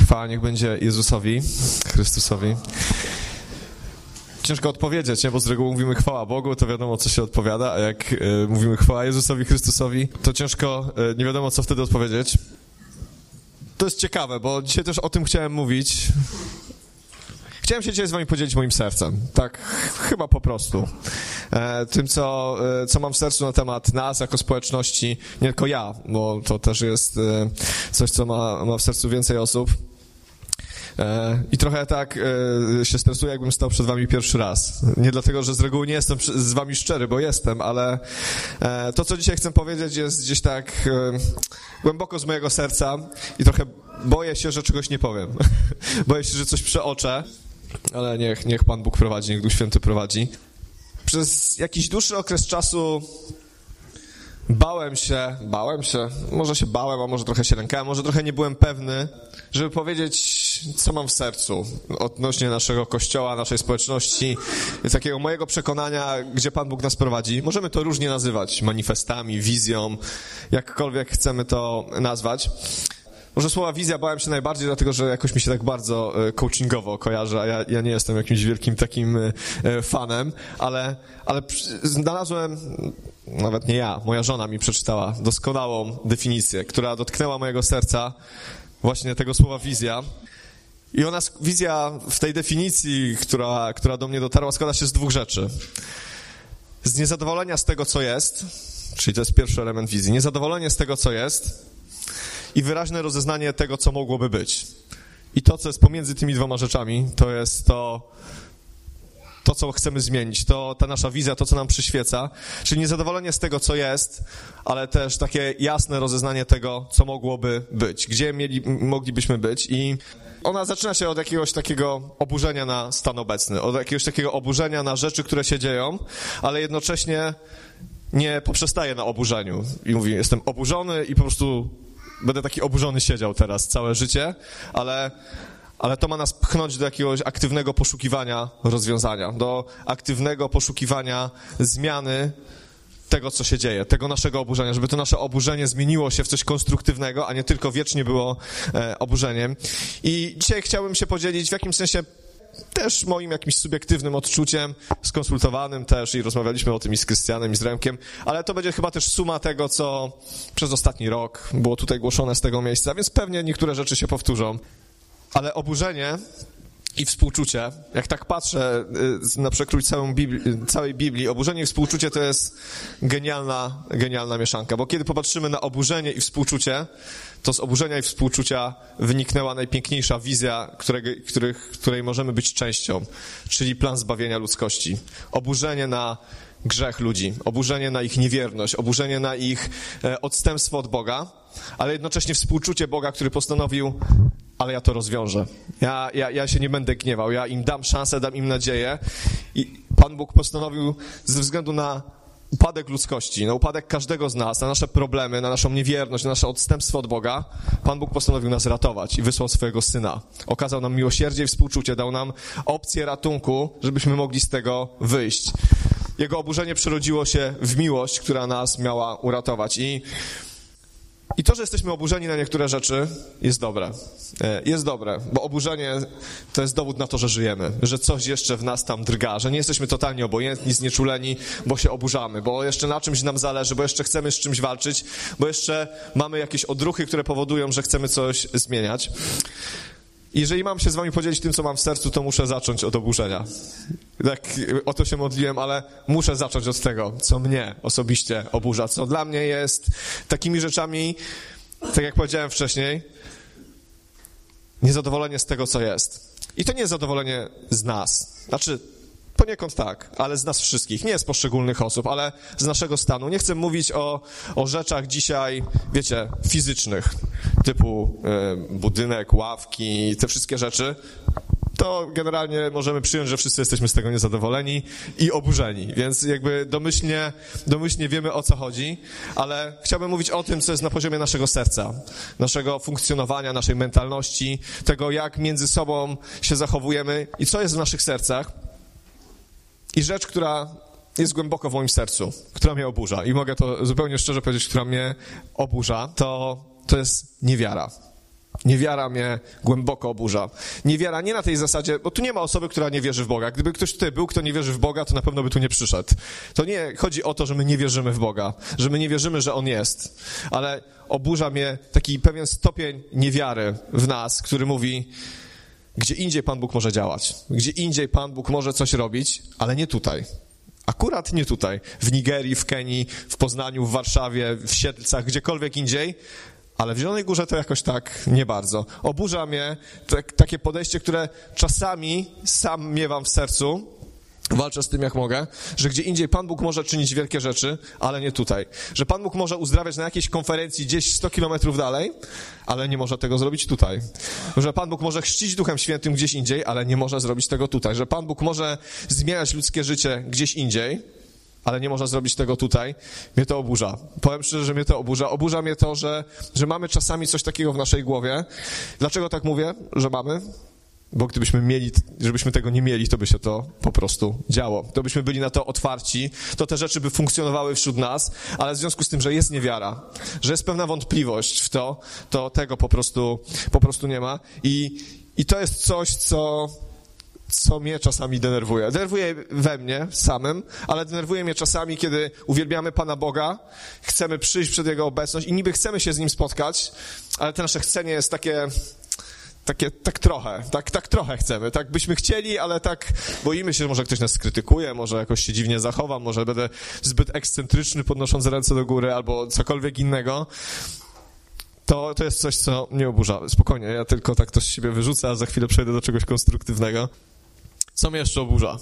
Chwała niech będzie Jezusowi, Chrystusowi. Ciężko odpowiedzieć, nie? Bo z reguły mówimy chwała Bogu, to wiadomo, co się odpowiada, a jak mówimy chwała Jezusowi, Chrystusowi, to ciężko, nie wiadomo, co wtedy odpowiedzieć. To jest ciekawe, bo dzisiaj też o tym chciałem mówić. Chciałem się dzisiaj z wami podzielić moim sercem, tak chyba po prostu. Tym, co mam w sercu na temat nas jako społeczności, nie tylko ja, bo to też jest coś, co ma w sercu więcej osób. I trochę tak się stresuję, jakbym stał przed wami pierwszy raz. Nie dlatego, że z reguły nie jestem z wami szczery, bo jestem, ale to, co dzisiaj chcę powiedzieć, jest gdzieś tak głęboko z mojego serca i trochę boję się, że czegoś nie powiem. Boję się, że coś przeoczę, ale niech Pan Bóg prowadzi, niech Duch Święty prowadzi. Przez jakiś dłuższy okres czasu bałem się, może się bałem, a może trochę się lękałem, może trochę nie byłem pewny, żeby powiedzieć, co mam w sercu odnośnie naszego Kościoła, naszej społeczności, takiego mojego przekonania, gdzie Pan Bóg nas prowadzi. Możemy to różnie nazywać, manifestami, wizją, jakkolwiek chcemy to nazwać. Może słowa wizja bałem się najbardziej, dlatego że jakoś mi się tak bardzo coachingowo kojarzy, a ja nie jestem jakimś wielkim takim fanem, ale znalazłem, nawet nie ja, moja żona mi przeczytała doskonałą definicję, która dotknęła mojego serca, właśnie tego słowa wizja. I wizja w tej definicji, która do mnie dotarła, składa się z dwóch rzeczy. Z niezadowolenia z tego, co jest, czyli to jest pierwszy element wizji, niezadowolenie z tego, co jest, i wyraźne rozeznanie tego, co mogłoby być. I to, co jest pomiędzy tymi dwoma rzeczami, to jest to, co chcemy zmienić, ta nasza wizja, to, co nam przyświeca, czyli niezadowolenie z tego, co jest, ale też takie jasne rozeznanie tego, co mogłoby być, gdzie moglibyśmy być. I ona zaczyna się od jakiegoś takiego oburzenia na stan obecny, od jakiegoś takiego oburzenia na rzeczy, które się dzieją, ale jednocześnie nie poprzestaje na oburzeniu. I mówi, jestem oburzony i po prostu będę taki oburzony siedział teraz całe życie, ale to ma nas pchnąć do jakiegoś aktywnego poszukiwania rozwiązania, do aktywnego poszukiwania zmiany tego, co się dzieje, tego naszego oburzenia, żeby to nasze oburzenie zmieniło się w coś konstruktywnego, a nie tylko wiecznie było oburzeniem. I dzisiaj chciałbym się podzielić w jakimś sensie też moim jakimś subiektywnym odczuciem, skonsultowanym też i rozmawialiśmy o tym i z Krystianem, i z Remkiem, ale to będzie chyba też suma tego, co przez ostatni rok było tutaj głoszone z tego miejsca, więc pewnie niektóre rzeczy się powtórzą. Ale oburzenie i współczucie, jak tak patrzę na przekrój całej Biblii, oburzenie i współczucie to jest genialna mieszanka, bo kiedy popatrzymy na oburzenie i współczucie, to z oburzenia i współczucia wyniknęła najpiękniejsza wizja, której możemy być częścią, czyli plan zbawienia ludzkości. Oburzenie na grzech ludzi, oburzenie na ich niewierność, oburzenie na ich odstępstwo od Boga, ale jednocześnie współczucie Boga, który postanowił, ale ja to rozwiążę. Ja się nie będę gniewał, ja im dam szansę, dam im nadzieję. I Pan Bóg postanowił ze względu na upadek ludzkości, na upadek każdego z nas, na nasze problemy, na naszą niewierność, na nasze odstępstwo od Boga, Pan Bóg postanowił nas ratować i wysłał swojego Syna. Okazał nam miłosierdzie i współczucie, dał nam opcję ratunku, żebyśmy mogli z tego wyjść. Jego oburzenie przerodziło się w miłość, która nas miała uratować. I to, że jesteśmy oburzeni na niektóre rzeczy, jest dobre. Jest dobre, bo oburzenie to jest dowód na to, że żyjemy, że coś jeszcze w nas tam drga, że nie jesteśmy totalnie obojętni, znieczuleni, bo się oburzamy, bo jeszcze na czymś nam zależy, bo jeszcze chcemy z czymś walczyć, bo jeszcze mamy jakieś odruchy, które powodują, że chcemy coś zmieniać. Jeżeli mam się z wami podzielić tym, co mam w sercu, to muszę zacząć od oburzenia. Tak o to się modliłem, ale muszę zacząć od tego, co mnie osobiście oburza, co dla mnie jest takimi rzeczami, tak jak powiedziałem wcześniej, niezadowolenie z tego, co jest. I to nie jest zadowolenie z nas. Znaczy, poniekąd tak, ale z nas wszystkich, nie z poszczególnych osób, ale z naszego stanu. Nie chcę mówić o rzeczach dzisiaj, wiecie, fizycznych, typu budynek, ławki, te wszystkie rzeczy. To generalnie możemy przyjąć, że wszyscy jesteśmy z tego niezadowoleni i oburzeni, więc jakby domyślnie wiemy, o co chodzi, ale chciałbym mówić o tym, co jest na poziomie naszego serca, naszego funkcjonowania, naszej mentalności, tego, jak między sobą się zachowujemy i co jest w naszych sercach. I rzecz, która jest głęboko w moim sercu, która mnie oburza i mogę to zupełnie szczerze powiedzieć, która mnie oburza, to jest niewiara. Niewiara mnie głęboko oburza. Niewiara nie na tej zasadzie, bo tu nie ma osoby, która nie wierzy w Boga. Gdyby ktoś tutaj był, kto nie wierzy w Boga, to na pewno by tu nie przyszedł. To nie chodzi o to, że my nie wierzymy w Boga, że my nie wierzymy, że On jest, ale oburza mnie taki pewien stopień niewiary w nas, który mówi, gdzie indziej Pan Bóg może działać, gdzie indziej Pan Bóg może coś robić, ale nie tutaj. Akurat nie tutaj. W Nigerii, w Kenii, w Poznaniu, w Warszawie, w Siedlcach, gdziekolwiek indziej, ale w Zielonej Górze to jakoś tak nie bardzo. Oburza mnie takie podejście, które czasami sam miewam w sercu, walczę z tym jak mogę, że gdzie indziej Pan Bóg może czynić wielkie rzeczy, ale nie tutaj. Że Pan Bóg może uzdrawiać na jakiejś konferencji gdzieś 100 kilometrów dalej, ale nie może tego zrobić tutaj. Że Pan Bóg może chrzcić Duchem Świętym gdzieś indziej, ale nie może zrobić tego tutaj. Że Pan Bóg może zmieniać ludzkie życie gdzieś indziej, ale nie można zrobić tego tutaj. Mnie to oburza. Powiem szczerze, że mnie to oburza. Oburza mnie to, że mamy czasami coś takiego w naszej głowie. Dlaczego tak mówię, że mamy? Bo żebyśmy tego nie mieli, to by się to po prostu działo. To byśmy byli na to otwarci, to te rzeczy by funkcjonowały wśród nas, ale w związku z tym, że jest niewiara, że jest pewna wątpliwość w to tego po prostu nie ma. I to jest coś, co mnie czasami denerwuje. Denerwuje we mnie samym, ale denerwuje mnie czasami, kiedy uwielbiamy Pana Boga, chcemy przyjść przed Jego obecność i niby chcemy się z Nim spotkać, ale to nasze chcenie jest tak trochę chcemy. Tak byśmy chcieli, ale tak boimy się, że może ktoś nas skrytykuje, może jakoś się dziwnie zachowam, może będę zbyt ekscentryczny, podnosząc ręce do góry, albo cokolwiek innego. To jest coś, co mnie oburza. Spokojnie, ja tylko tak to z siebie wyrzucę, a za chwilę przejdę do czegoś konstruktywnego. Co mnie jeszcze oburza?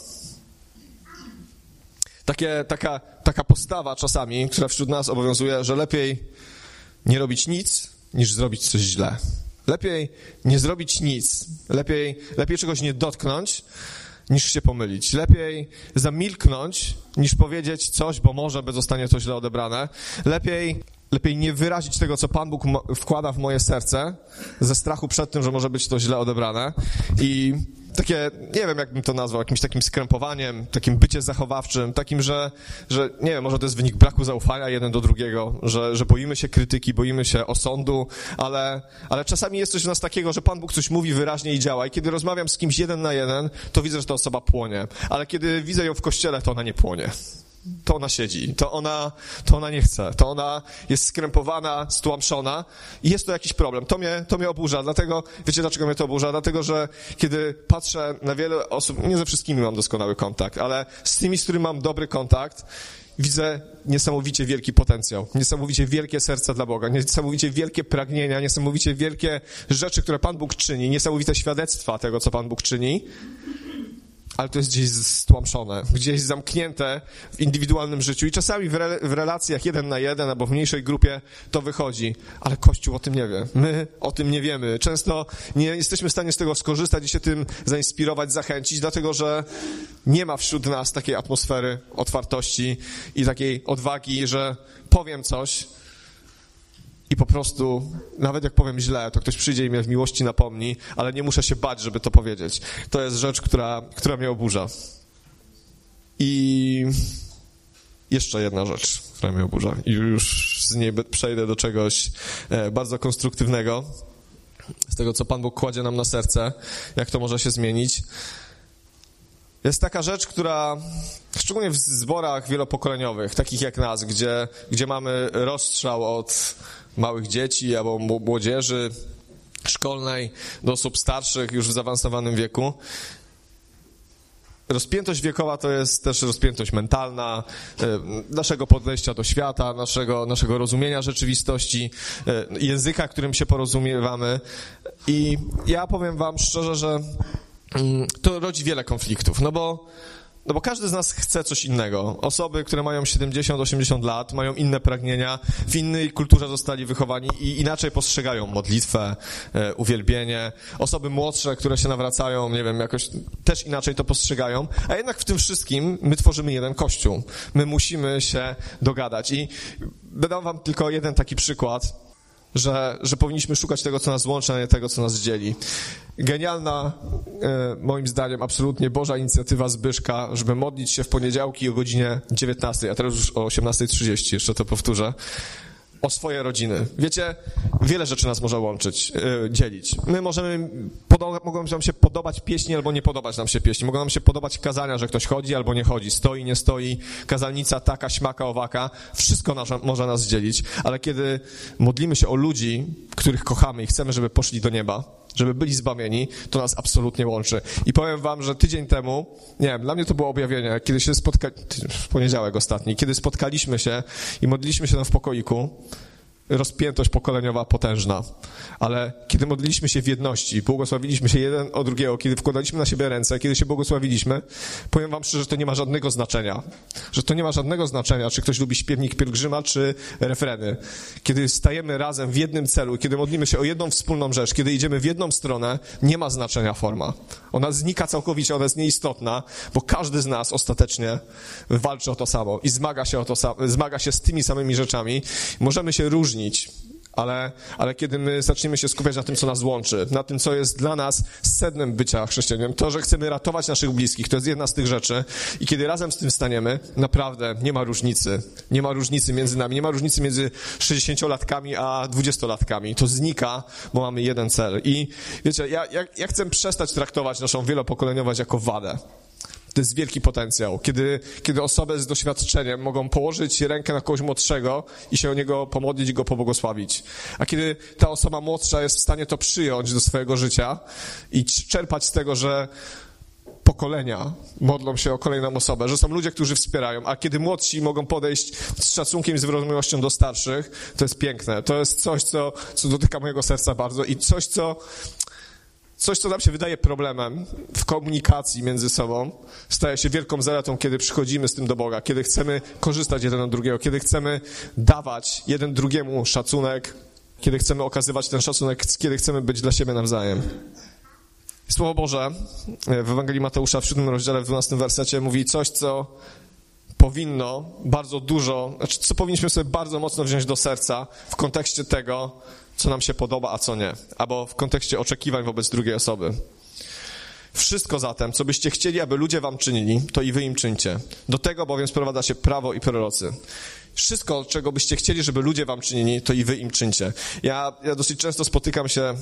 Taka postawa czasami, która wśród nas obowiązuje, że lepiej nie robić nic, niż zrobić coś źle. Lepiej nie zrobić nic, lepiej czegoś nie dotknąć, niż się pomylić. Lepiej zamilknąć, niż powiedzieć coś, bo może zostanie to źle odebrane. Lepiej nie wyrazić tego, co Pan Bóg wkłada w moje serce, ze strachu przed tym, że może być to źle odebrane. I takie, nie wiem, jak bym to nazwał, jakimś takim skrępowaniem, takim bycie zachowawczym, takim, że nie wiem, może to jest wynik braku zaufania jeden do drugiego, że boimy się krytyki, boimy się osądu, ale czasami jest coś w nas takiego, że Pan Bóg coś mówi wyraźnie i działa. I kiedy rozmawiam z kimś 1 na 1, to widzę, że ta osoba płonie. Ale kiedy widzę ją w kościele, to ona nie płonie. To ona siedzi, to ona nie chce, to ona jest skrępowana, stłamszona i jest to jakiś problem. To mnie oburza, dlatego, wiecie dlaczego mnie to oburza? Dlatego, że kiedy patrzę na wiele osób, nie ze wszystkimi mam doskonały kontakt, ale z tymi, z którymi mam dobry kontakt, widzę niesamowicie wielki potencjał, niesamowicie wielkie serca dla Boga, niesamowicie wielkie pragnienia, niesamowicie wielkie rzeczy, które Pan Bóg czyni, niesamowite świadectwa tego, co Pan Bóg czyni. Ale to jest gdzieś stłamszone, gdzieś zamknięte w indywidualnym życiu i czasami w relacjach 1 na 1 albo w mniejszej grupie to wychodzi, ale Kościół o tym nie wie, my o tym nie wiemy. Często nie jesteśmy w stanie z tego skorzystać i się tym zainspirować, zachęcić, dlatego że nie ma wśród nas takiej atmosfery otwartości i takiej odwagi, że powiem coś i po prostu, nawet jak powiem źle, to ktoś przyjdzie i mnie w miłości napomni, ale nie muszę się bać, żeby to powiedzieć. To jest rzecz, która mnie oburza. I jeszcze jedna rzecz, która mnie oburza. I już z niej przejdę do czegoś bardzo konstruktywnego, z tego, co Pan Bóg kładzie nam na serce, jak to może się zmienić. Jest taka rzecz, która, szczególnie w zborach wielopokoleniowych, takich jak nas, gdzie mamy rozstrzał od małych dzieci albo młodzieży szkolnej do osób starszych już w zaawansowanym wieku. Rozpiętość wiekowa to jest też rozpiętość mentalna, naszego podejścia do świata, naszego rozumienia rzeczywistości, języka, którym się porozumiewamy. I ja powiem wam szczerze, że to rodzi wiele konfliktów, no bo każdy z nas chce coś innego. Osoby, które mają 70-80 lat, mają inne pragnienia, w innej kulturze zostali wychowani i inaczej postrzegają modlitwę, uwielbienie. Osoby młodsze, które się nawracają, nie wiem, jakoś też inaczej to postrzegają. A jednak w tym wszystkim my tworzymy jeden Kościół. My musimy się dogadać. I dam wam tylko jeden taki przykład, że powinniśmy szukać tego, co nas łączy, a nie tego, co nas dzieli. Genialna, moim zdaniem, absolutnie Boża inicjatywa Zbyszka, żeby modlić się w poniedziałki o godzinie 19, a teraz już o 18:30, jeszcze to powtórzę. o swoje rodziny. Wiecie, wiele rzeczy nas może łączyć, dzielić. My mogą nam się podobać pieśni albo nie podobać nam się pieśni. Mogą nam się podobać kazania, że ktoś chodzi albo nie chodzi, stoi, nie stoi, kazalnica taka, śmaka, owaka. Wszystko może nas dzielić, ale kiedy modlimy się o ludzi, których kochamy i chcemy, żeby poszli do nieba, żeby byli zbawieni, to nas absolutnie łączy. I powiem wam, że tydzień temu, nie wiem, dla mnie to było objawienie, kiedy się w poniedziałek ostatni, kiedy spotkaliśmy się i modliliśmy się tam w pokoiku, rozpiętość pokoleniowa potężna, ale kiedy modliliśmy się w jedności, błogosławiliśmy się jeden o drugiego, kiedy wkładaliśmy na siebie ręce, kiedy się błogosławiliśmy, powiem wam szczerze, że to nie ma żadnego znaczenia. Że to nie ma żadnego znaczenia, czy ktoś lubi śpiewnik pielgrzyma, czy refreny. Kiedy stajemy razem w jednym celu, kiedy modlimy się o jedną wspólną rzecz, kiedy idziemy w jedną stronę, nie ma znaczenia forma. Ona znika całkowicie, ona jest nieistotna, bo każdy z nas ostatecznie walczy o to samo i zmaga się z tymi samymi rzeczami. Możemy się różnić, ale kiedy my zaczniemy się skupiać na tym, co nas łączy, na tym, co jest dla nas sednem bycia chrześcijaninem, to, że chcemy ratować naszych bliskich, to jest jedna z tych rzeczy i kiedy razem z tym staniemy, naprawdę nie ma różnicy. Nie ma różnicy między nami, nie ma różnicy między 60-latkami a 20-latkami. To znika, bo mamy jeden cel. I wiecie, ja chcę przestać traktować naszą wielopokoleniowość jako wadę. To jest wielki potencjał, kiedy osoby z doświadczeniem mogą położyć rękę na kogoś młodszego i się o niego pomodlić i go pobłogosławić. A kiedy ta osoba młodsza jest w stanie to przyjąć do swojego życia i czerpać z tego, że pokolenia modlą się o kolejną osobę, że są ludzie, którzy wspierają, a kiedy młodsi mogą podejść z szacunkiem i z wyrozumiałością do starszych, to jest piękne. To jest coś, co dotyka mojego serca bardzo i coś, co nam się wydaje problemem w komunikacji między sobą, staje się wielką zaletą, kiedy przychodzimy z tym do Boga, kiedy chcemy korzystać jeden od drugiego, kiedy chcemy dawać jeden drugiemu szacunek, kiedy chcemy okazywać ten szacunek, kiedy chcemy być dla siebie nawzajem. Słowo Boże w Ewangelii Mateusza w 7 rozdziale, w 12 wersecie mówi coś, co powinno bardzo dużo, co powinniśmy sobie bardzo mocno wziąć do serca w kontekście tego, co nam się podoba, a co nie. Albo w kontekście oczekiwań wobec drugiej osoby. Wszystko zatem, co byście chcieli, aby ludzie wam czynili, to i wy im czyńcie. Do tego bowiem sprowadza się prawo i prorocy. Wszystko, czego byście chcieli, żeby ludzie wam czynili, to i wy im czyńcie. Ja dosyć często spotykam się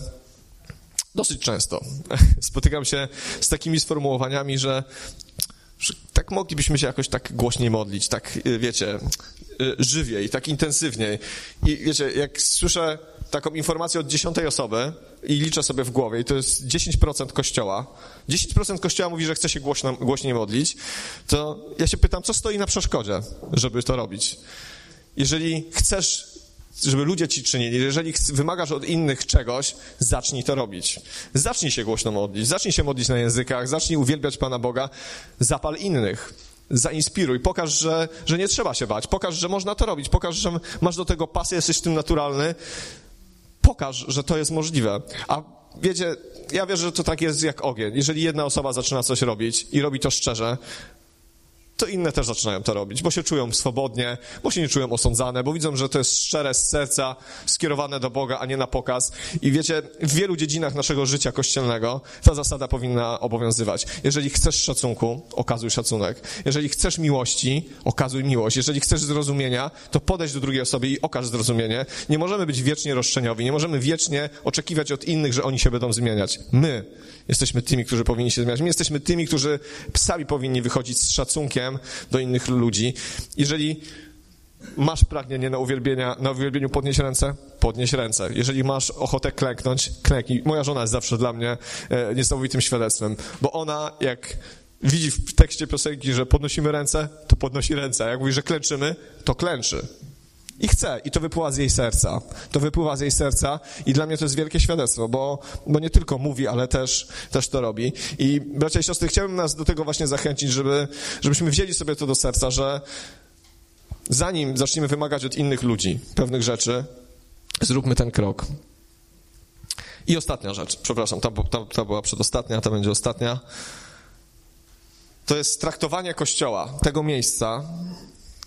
z takimi sformułowaniami, że tak moglibyśmy się jakoś tak głośniej modlić, tak, wiecie, żywiej, tak intensywniej. I wiecie, jak słyszę taką informację od 10 osoby i liczę sobie w głowie, i to jest 10% Kościoła, 10% Kościoła mówi, że chce się głośniej modlić, to ja się pytam, co stoi na przeszkodzie, żeby to robić? Jeżeli chcesz, żeby ludzie ci czynili, jeżeli wymagasz od innych czegoś, zacznij to robić. Zacznij się głośno modlić, zacznij się modlić na językach, zacznij uwielbiać Pana Boga, zapal innych, zainspiruj, pokaż, że nie trzeba się bać, pokaż, że można to robić, pokaż, że masz do tego pasję, jesteś w tym naturalny, pokaż, że to jest możliwe. A wiecie, ja wierzę, że to tak jest jak ogień. Jeżeli jedna osoba zaczyna coś robić i robi to szczerze, to inne też zaczynają to robić, bo się czują swobodnie, bo się nie czują osądzane, bo widzą, że to jest szczere z serca, skierowane do Boga, a nie na pokaz. I wiecie, w wielu dziedzinach naszego życia kościelnego ta zasada powinna obowiązywać. Jeżeli chcesz szacunku, okazuj szacunek. Jeżeli chcesz miłości, okazuj miłość. Jeżeli chcesz zrozumienia, to podejdź do drugiej osoby i okaż zrozumienie. Nie możemy być wiecznie roszczeniowi, nie możemy wiecznie oczekiwać od innych, że oni się będą zmieniać. My jesteśmy tymi, którzy powinni się zmieniać. My jesteśmy tymi, którzy sami powinni wychodzić z szacunkiem do innych ludzi. Jeżeli masz pragnienie na uwielbieniu podnieść ręce, podnieś ręce. Jeżeli masz ochotę klęknąć, klęknij. Moja żona jest zawsze dla mnie niesamowitym świadectwem, bo ona jak widzi w tekście piosenki, że podnosimy ręce, to podnosi ręce. A jak mówi, że klęczymy, to klęczy. I chce. I to wypływa z jej serca. To wypływa z jej serca i dla mnie to jest wielkie świadectwo, bo nie tylko mówi, ale też to robi. I bracia i siostry, chciałbym nas do tego właśnie zachęcić, żebyśmy wzięli sobie to do serca, że zanim zaczniemy wymagać od innych ludzi pewnych rzeczy, zróbmy ten krok. I ostatnia rzecz, przepraszam, ta była przedostatnia, ta będzie ostatnia. To jest traktowanie Kościoła, tego miejsca,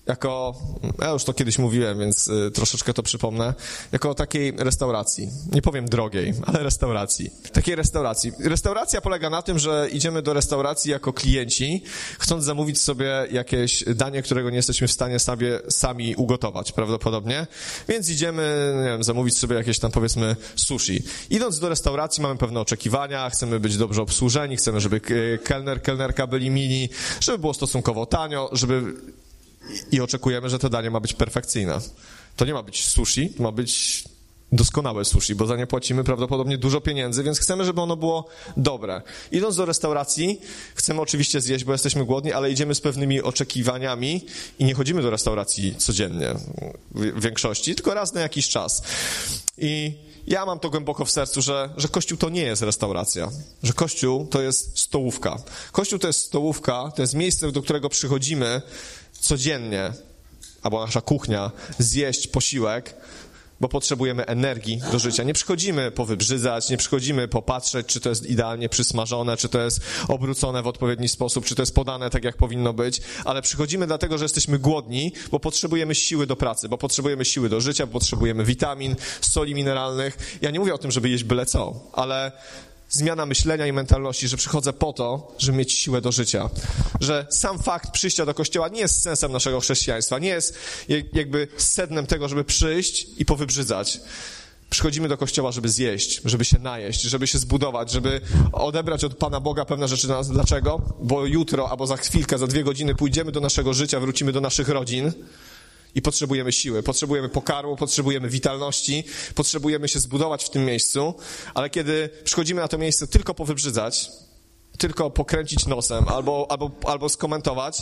ja już to kiedyś mówiłem, więc troszeczkę to przypomnę, jako takiej restauracji. Nie powiem drogiej, ale restauracji. Takiej restauracji. Restauracja polega na tym, że idziemy do restauracji jako klienci, chcąc zamówić sobie jakieś danie, którego nie jesteśmy w stanie sami ugotować prawdopodobnie, więc idziemy, nie wiem, zamówić sobie jakieś tam, powiedzmy, sushi. Idąc do restauracji mamy pewne oczekiwania, chcemy być dobrze obsłużeni, chcemy, żeby kelnerka byli mili, żeby było stosunkowo tanio, i oczekujemy, że to danie ma być perfekcyjne. To nie ma być sushi, to ma być doskonałe sushi, bo za nie płacimy prawdopodobnie dużo pieniędzy, więc chcemy, żeby ono było dobre. Idąc do restauracji, chcemy oczywiście zjeść, bo jesteśmy głodni, ale idziemy z pewnymi oczekiwaniami i nie chodzimy do restauracji codziennie w większości, tylko raz na jakiś czas. I ja mam to głęboko w sercu, że Kościół to nie jest restauracja, że Kościół to jest stołówka. Kościół to jest stołówka, to jest miejsce, do którego przychodzimy codziennie, albo nasza kuchnia, zjeść posiłek, bo potrzebujemy energii do życia. Nie przychodzimy powybrzydzać, nie przychodzimy popatrzeć, czy to jest idealnie przysmażone, czy to jest obrócone w odpowiedni sposób, czy to jest podane tak, jak powinno być, ale przychodzimy dlatego, że jesteśmy głodni, bo potrzebujemy siły do pracy, bo potrzebujemy siły do życia, bo potrzebujemy witamin, soli mineralnych. Ja nie mówię o tym, żeby jeść byle co, ale zmiana myślenia i mentalności, że przychodzę po to, żeby mieć siłę do życia. Że sam fakt przyjścia do Kościoła nie jest sensem naszego chrześcijaństwa, nie jest jakby sednem tego, żeby przyjść i powybrzydzać. Przychodzimy do Kościoła, żeby zjeść, żeby się najeść, żeby się zbudować, żeby odebrać od Pana Boga pewne rzeczy dla nas. Dlaczego? Bo jutro albo za chwilkę, za 2 godziny pójdziemy do naszego życia, wrócimy do naszych rodzin i potrzebujemy siły, potrzebujemy pokarmu, potrzebujemy witalności, potrzebujemy się zbudować w tym miejscu, ale kiedy przychodzimy na to miejsce tylko powybrzydzać, tylko pokręcić nosem albo skomentować,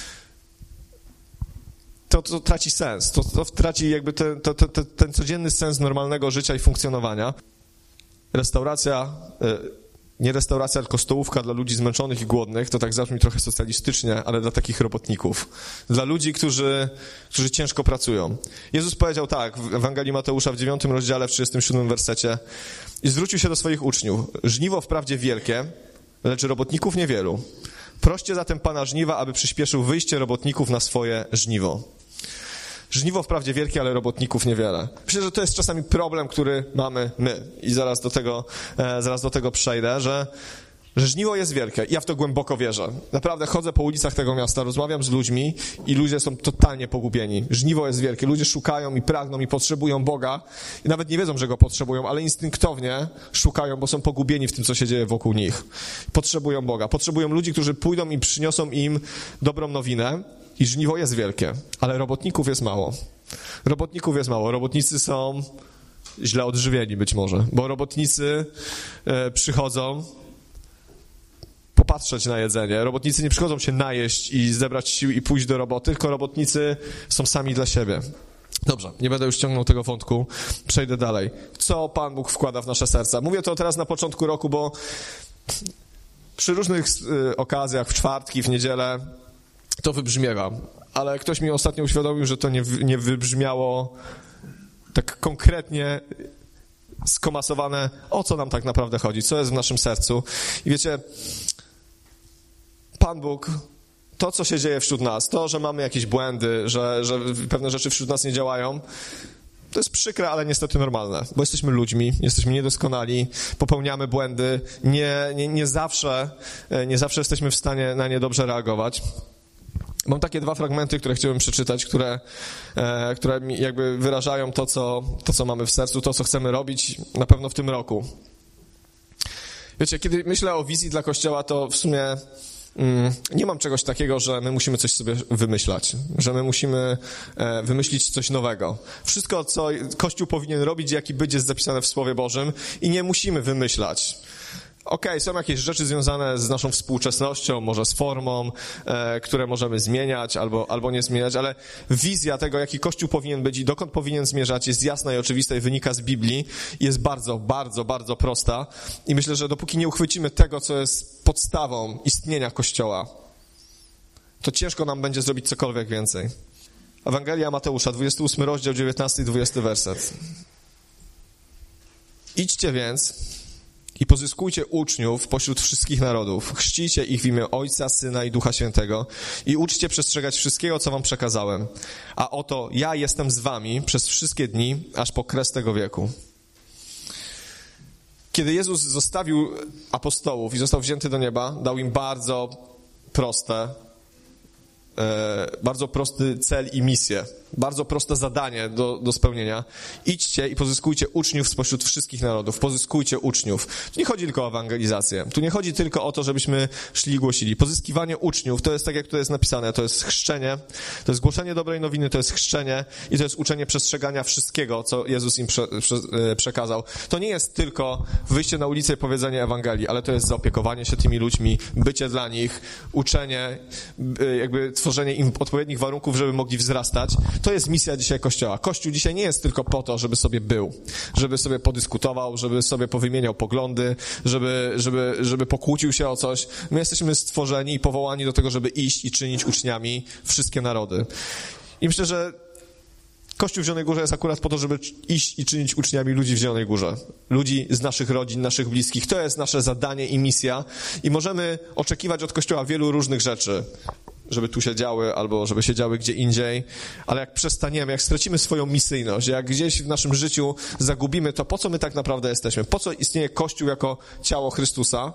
to traci sens, to traci jakby ten codzienny sens normalnego życia i funkcjonowania. Restauracja, nie restauracja, tylko stołówka dla ludzi zmęczonych i głodnych, to tak zabrzmi trochę socjalistycznie, ale dla takich robotników. Dla ludzi, którzy ciężko pracują. Jezus powiedział tak w Ewangelii Mateusza w 9 rozdziale, w 37 wersecie i zwrócił się do swoich uczniów. Żniwo wprawdzie wielkie, lecz robotników niewielu. Proście zatem Pana żniwa, aby przyspieszył wyjście robotników na swoje żniwo. Żniwo wprawdzie wielkie, ale robotników niewiele. Myślę, że to jest czasami problem, który mamy my. I zaraz do tego przejdę, że żniwo jest wielkie. Ja w to głęboko wierzę. Naprawdę chodzę po ulicach tego miasta, rozmawiam z ludźmi i ludzie są totalnie pogubieni. Żniwo jest wielkie. Ludzie szukają i pragną i potrzebują Boga i nawet nie wiedzą, że Go potrzebują, ale instynktownie szukają, bo są pogubieni w tym, co się dzieje wokół nich. Potrzebują Boga. Potrzebują ludzi, którzy pójdą i przyniosą im dobrą nowinę. I żniwo jest wielkie, ale robotników jest mało. Robotników jest mało. Robotnicy są źle odżywieni być może, bo robotnicy przychodzą popatrzeć na jedzenie. Robotnicy nie przychodzą się najeść i zebrać sił i pójść do roboty, tylko robotnicy są sami dla siebie. Dobrze, nie będę już ciągnął tego wątku, przejdę dalej. Co Pan Bóg wkłada w nasze serca? Mówię to teraz na początku roku, bo przy różnych okazjach, w czwartki, w niedzielę, to wybrzmiewa, ale ktoś mi ostatnio uświadomił, że to nie wybrzmiało tak konkretnie skomasowane, o co nam tak naprawdę chodzi, co jest w naszym sercu. I wiecie, Pan Bóg, to co się dzieje wśród nas, to, że mamy jakieś błędy, że pewne rzeczy wśród nas nie działają, to jest przykre, ale niestety normalne, bo jesteśmy ludźmi, jesteśmy niedoskonali, popełniamy błędy, nie zawsze jesteśmy w stanie na nie dobrze reagować. Mam takie 2 fragmenty, które chciałbym przeczytać, które mi jakby wyrażają to, co mamy w sercu, to, co chcemy robić na pewno w tym roku. Wiecie, kiedy myślę o wizji dla Kościoła, to w sumie nie mam czegoś takiego, że my musimy coś sobie wymyślać, że my musimy wymyślić coś nowego. Wszystko, co Kościół powinien robić, jaki być, jest zapisane w Słowie Bożym i nie musimy wymyślać. Okej, są jakieś rzeczy związane z naszą współczesnością, może z formą, które możemy zmieniać albo nie zmieniać, ale wizja tego, jaki Kościół powinien być i dokąd powinien zmierzać, jest jasna i oczywista i wynika z Biblii i jest bardzo, bardzo, bardzo prosta. I myślę, że dopóki nie uchwycimy tego, co jest podstawą istnienia Kościoła, to ciężko nam będzie zrobić cokolwiek więcej. Ewangelia Mateusza, 28 rozdział, 19 i 20 werset. Idźcie więc I pozyskujcie uczniów pośród wszystkich narodów. Chrzcijcie ich w imię Ojca, Syna i Ducha Świętego i uczcie przestrzegać wszystkiego, co wam przekazałem. A oto ja jestem z wami przez wszystkie dni, aż po kres tego wieku. Kiedy Jezus zostawił apostołów i został wzięty do nieba, dał im bardzo prosty cel i misję. Bardzo proste zadanie do spełnienia. Idźcie i pozyskujcie uczniów spośród wszystkich narodów. Pozyskujcie uczniów. Tu nie chodzi tylko o ewangelizację. Tu nie chodzi tylko o to, żebyśmy szli i głosili. Pozyskiwanie uczniów to jest tak, jak tu jest napisane. To jest chrzczenie, to jest głoszenie dobrej nowiny, to jest chrzczenie i to jest uczenie przestrzegania wszystkiego, co Jezus im przekazał. To nie jest tylko wyjście na ulicę i powiedzenie Ewangelii, ale to jest zaopiekowanie się tymi ludźmi, bycie dla nich, uczenie, jakby tworzenie im odpowiednich warunków, żeby mogli wzrastać. To jest misja dzisiaj Kościoła. Kościół dzisiaj nie jest tylko po to, żeby sobie był, żeby sobie podyskutował, żeby sobie powymieniał poglądy, żeby pokłócił się o coś. My jesteśmy stworzeni i powołani do tego, żeby iść i czynić uczniami wszystkie narody. I myślę, że Kościół w Zielonej Górze jest akurat po to, żeby iść i czynić uczniami ludzi w Zielonej Górze. Ludzi z naszych rodzin, naszych bliskich. To jest nasze zadanie i misja i możemy oczekiwać od Kościoła wielu różnych rzeczy, żeby tu się działy, albo żeby się działy gdzie indziej, ale jak przestaniemy, jak stracimy swoją misyjność, jak gdzieś w naszym życiu zagubimy to, po co my tak naprawdę jesteśmy, po co istnieje Kościół jako ciało Chrystusa,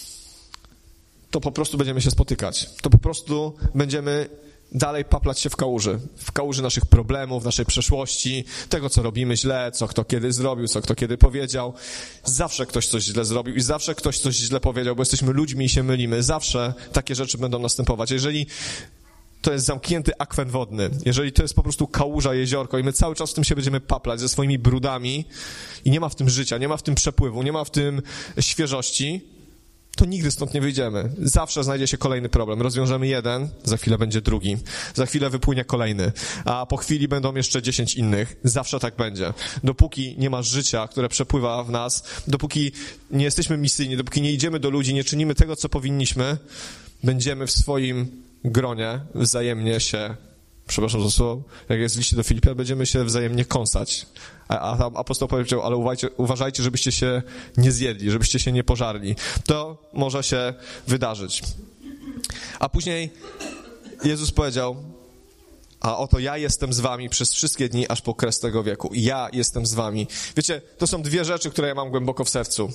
to po prostu będziemy się spotykać. To po prostu będziemy dalej paplać się w kałuży naszych problemów, naszej przeszłości, tego, co robimy źle, co kto kiedy zrobił, co kto kiedy powiedział. Zawsze ktoś coś źle zrobił i zawsze ktoś coś źle powiedział, bo jesteśmy ludźmi i się mylimy. Zawsze takie rzeczy będą następować. Jeżeli to jest zamknięty akwen wodny, jeżeli to jest po prostu kałuża, jeziorko i my cały czas w tym się będziemy paplać ze swoimi brudami i nie ma w tym życia, nie ma w tym przepływu, nie ma w tym świeżości, to nigdy stąd nie wyjdziemy. Zawsze znajdzie się kolejny problem. Rozwiążemy jeden, za chwilę będzie drugi. Za chwilę wypłynie kolejny. A po chwili będą jeszcze 10 innych. Zawsze tak będzie. Dopóki nie ma życia, które przepływa w nas, dopóki nie jesteśmy misyjni, dopóki nie idziemy do ludzi, nie czynimy tego, co powinniśmy, będziemy w swoim gronie wzajemnie się, przepraszam za słowo, jak jest w liście do Filipian, będziemy się wzajemnie kąsać. A tam apostoł powiedział, ale uważajcie, żebyście się nie zjedli, żebyście się nie pożarli. To może się wydarzyć. A później Jezus powiedział, a oto ja jestem z wami przez wszystkie dni, aż po kres tego wieku. Ja jestem z wami. Wiecie, to są dwie rzeczy, które ja mam głęboko w sercu.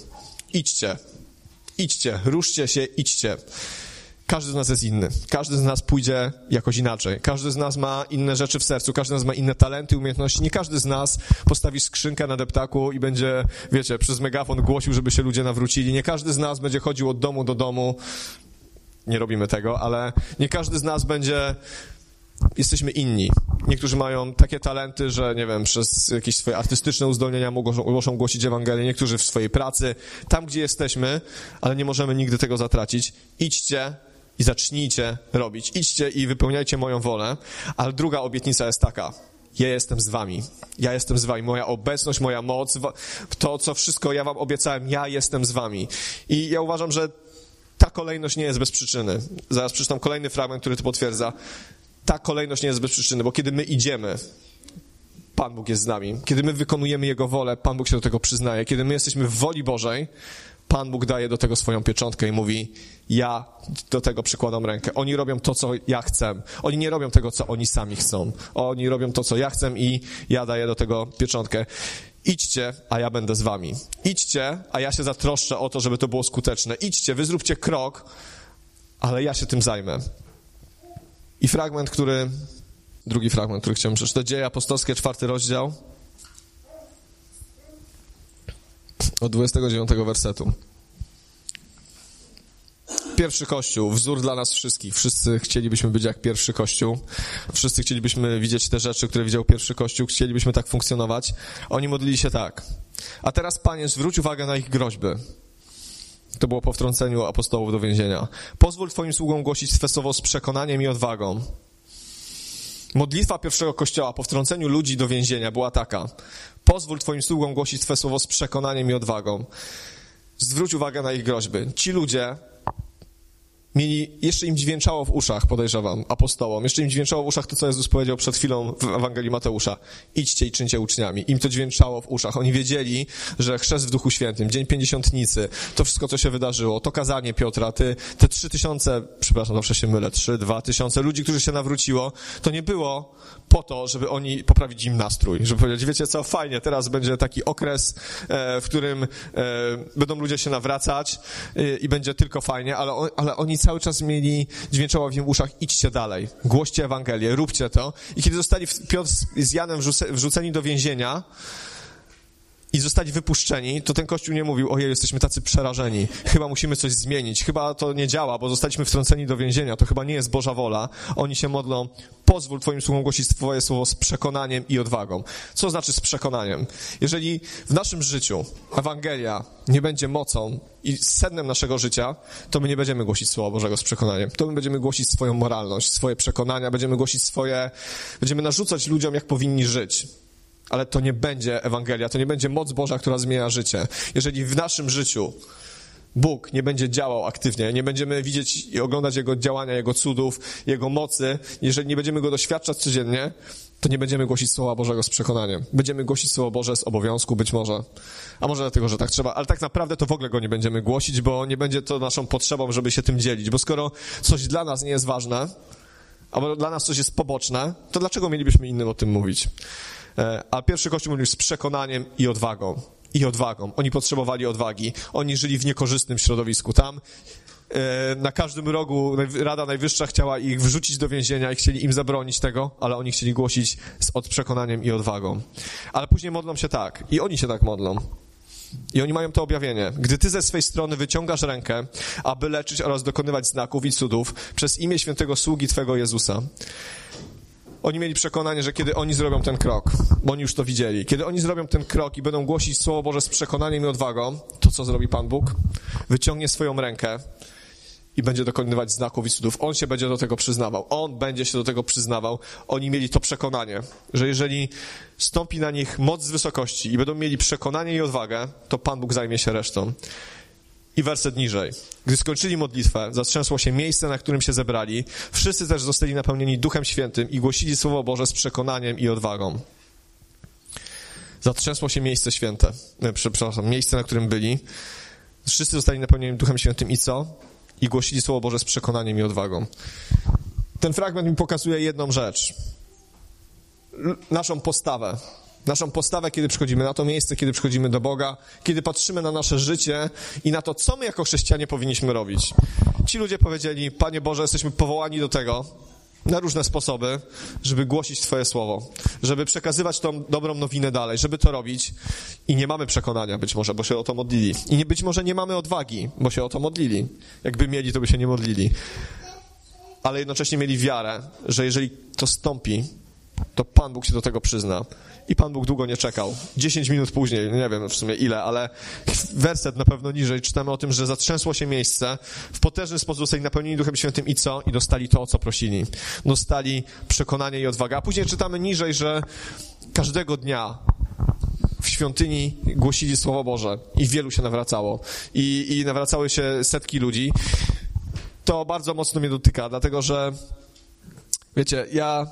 Idźcie, ruszcie się, idźcie. Każdy z nas jest inny. Każdy z nas pójdzie jakoś inaczej. Każdy z nas ma inne rzeczy w sercu. Każdy z nas ma inne talenty, umiejętności. Nie każdy z nas postawi skrzynkę na deptaku i będzie, wiecie, przez megafon głosił, żeby się ludzie nawrócili. Nie każdy z nas będzie chodził od domu do domu. Nie robimy tego, ale nie każdy z nas będzie... Jesteśmy inni. Niektórzy mają takie talenty, że, nie wiem, przez jakieś swoje artystyczne uzdolnienia muszą głosić Ewangelię. Niektórzy w swojej pracy. Tam, gdzie jesteśmy, ale nie możemy nigdy tego zatracić. Idźcie i zacznijcie robić. Idźcie i wypełniajcie moją wolę. Ale druga obietnica jest taka. Ja jestem z wami. Ja jestem z wami. Moja obecność, moja moc, to, co wszystko ja wam obiecałem, ja jestem z wami. I ja uważam, że ta kolejność nie jest bez przyczyny. Zaraz przeczytam kolejny fragment, który to potwierdza. Ta kolejność nie jest bez przyczyny, bo kiedy my idziemy, Pan Bóg jest z nami. Kiedy my wykonujemy Jego wolę, Pan Bóg się do tego przyznaje. Kiedy my jesteśmy w woli Bożej, Pan Bóg daje do tego swoją pieczątkę i mówi, ja do tego przykładam rękę. Oni robią to, co ja chcę. Oni nie robią tego, co oni sami chcą. Oni robią to, co ja chcę i ja daję do tego pieczątkę. Idźcie, a ja będę z wami. Idźcie, a ja się zatroszczę o to, żeby to było skuteczne. Idźcie, wy zróbcie krok, ale ja się tym zajmę. I drugi fragment, który chciałem przeczytać, Dzieje Apostolskie, 4 rozdział, od 29 wersetu. Pierwszy Kościół, wzór dla nas wszystkich. Wszyscy chcielibyśmy być jak pierwszy Kościół. Wszyscy chcielibyśmy widzieć te rzeczy, które widział pierwszy Kościół. Chcielibyśmy tak funkcjonować. Oni modlili się tak. A teraz, Panie, zwróć uwagę na ich groźby. To było po wtrąceniu apostołów do więzienia. Pozwól Twoim sługom głosić swe słowo z przekonaniem i odwagą. Modlitwa pierwszego Kościoła po wtrąceniu ludzi do więzienia była taka. Pozwól Twoim sługom głosić swe słowo z przekonaniem i odwagą. Zwróć uwagę na ich groźby. Ci ludzie jeszcze im dźwięczało w uszach, podejrzewam, apostołom, jeszcze im dźwięczało w uszach to, co Jezus powiedział przed chwilą w Ewangelii Mateusza. Idźcie i czyńcie uczniami. Im to dźwięczało w uszach. Oni wiedzieli, że chrzest w Duchu Świętym, Dzień Pięćdziesiątnicy, to wszystko, co się wydarzyło, to kazanie Piotra, te 3000, przepraszam, zawsze się mylę, 2 000 ludzi, którzy się nawróciło, to nie było po to, żeby oni poprawić im nastrój, żeby powiedzieć, wiecie co, fajnie, teraz będzie taki okres, w którym będą ludzie się nawracać i będzie tylko fajnie, ale oni cały czas mieli dźwięczało w im uszach, idźcie dalej, głoście Ewangelię, róbcie to. I kiedy zostali Piotr z Janem wrzuceni do więzienia i zostali wypuszczeni, to ten Kościół nie mówił, ojej, jesteśmy tacy przerażeni, chyba musimy coś zmienić, chyba to nie działa, bo zostaliśmy wtrąceni do więzienia, to chyba nie jest Boża wola. Oni się modlą, pozwól Twoim sługom głosić Twoje słowo z przekonaniem i odwagą. Co znaczy z przekonaniem? Jeżeli w naszym życiu Ewangelia nie będzie mocą i sednem naszego życia, to my nie będziemy głosić Słowa Bożego z przekonaniem. To my będziemy głosić swoją moralność, swoje przekonania, będziemy narzucać ludziom, jak powinni żyć. Ale to nie będzie Ewangelia, to nie będzie moc Boża, która zmienia życie. Jeżeli w naszym życiu Bóg nie będzie działał aktywnie, nie będziemy widzieć i oglądać Jego działania, Jego cudów, Jego mocy, jeżeli nie będziemy Go doświadczać codziennie, to nie będziemy głosić Słowa Bożego z przekonaniem. Będziemy głosić Słowo Boże z obowiązku, być może. A może dlatego, że tak trzeba, ale tak naprawdę to w ogóle Go nie będziemy głosić, bo nie będzie to naszą potrzebą, żeby się tym dzielić. Bo skoro coś dla nas nie jest ważne, albo dla nas coś jest poboczne, to dlaczego mielibyśmy innym o tym mówić? A pierwszy Kościół mówił z przekonaniem i odwagą. I odwagą. Oni potrzebowali odwagi. Oni żyli w niekorzystnym środowisku. Tam na każdym rogu Rada Najwyższa chciała ich wrzucić do więzienia i chcieli im zabronić tego, ale oni chcieli głosić z przekonaniem i odwagą. Ale później modlą się tak. I oni się tak modlą. I oni mają to objawienie. Gdy Ty ze swej strony wyciągasz rękę, aby leczyć oraz dokonywać znaków i cudów przez imię świętego sługi Twego Jezusa. Oni mieli przekonanie, że kiedy oni zrobią ten krok, bo oni już to widzieli, kiedy oni zrobią ten krok i będą głosić Słowo Boże z przekonaniem i odwagą, to co zrobi Pan Bóg? Wyciągnie swoją rękę i będzie dokonywać znaków i cudów. On się będzie do tego przyznawał. On będzie się do tego przyznawał. Oni mieli to przekonanie, że jeżeli stąpi na nich moc z wysokości i będą mieli przekonanie i odwagę, to Pan Bóg zajmie się resztą. I werset niżej. Gdy skończyli modlitwę, zatrzęsło się miejsce, na którym się zebrali. Wszyscy też zostali napełnieni Duchem Świętym i głosili Słowo Boże z przekonaniem i odwagą. Zatrzęsło się miejsce święte. Miejsce, na którym byli. Wszyscy zostali napełnieni Duchem Świętym i co? I głosili Słowo Boże z przekonaniem i odwagą. Ten fragment mi pokazuje jedną rzecz. Naszą postawę. Naszą postawę, kiedy przychodzimy na to miejsce, kiedy przychodzimy do Boga, kiedy patrzymy na nasze życie i na to, co my jako chrześcijanie powinniśmy robić. Ci ludzie powiedzieli, Panie Boże, jesteśmy powołani do tego, na różne sposoby, żeby głosić Twoje słowo, żeby przekazywać tą dobrą nowinę dalej, żeby to robić i nie mamy przekonania być może, bo się o to modlili. I być może nie mamy odwagi, bo się o to modlili. Jakby mieli, to by się nie modlili. Ale jednocześnie mieli wiarę, że jeżeli to stąpi, to Pan Bóg się do tego przyzna. I Pan Bóg długo nie czekał. 10 minut później, nie wiem w sumie ile, ale werset na pewno niżej czytamy o tym, że zatrzęsło się miejsce, w potężny sposób zostali napełnieni Duchem Świętym i co? I dostali to, o co prosili. Dostali przekonanie i odwagę. A później czytamy niżej, że każdego dnia w świątyni głosili Słowo Boże i wielu się nawracało. I nawracały się setki ludzi. To bardzo mocno mnie dotyka, dlatego że wiecie,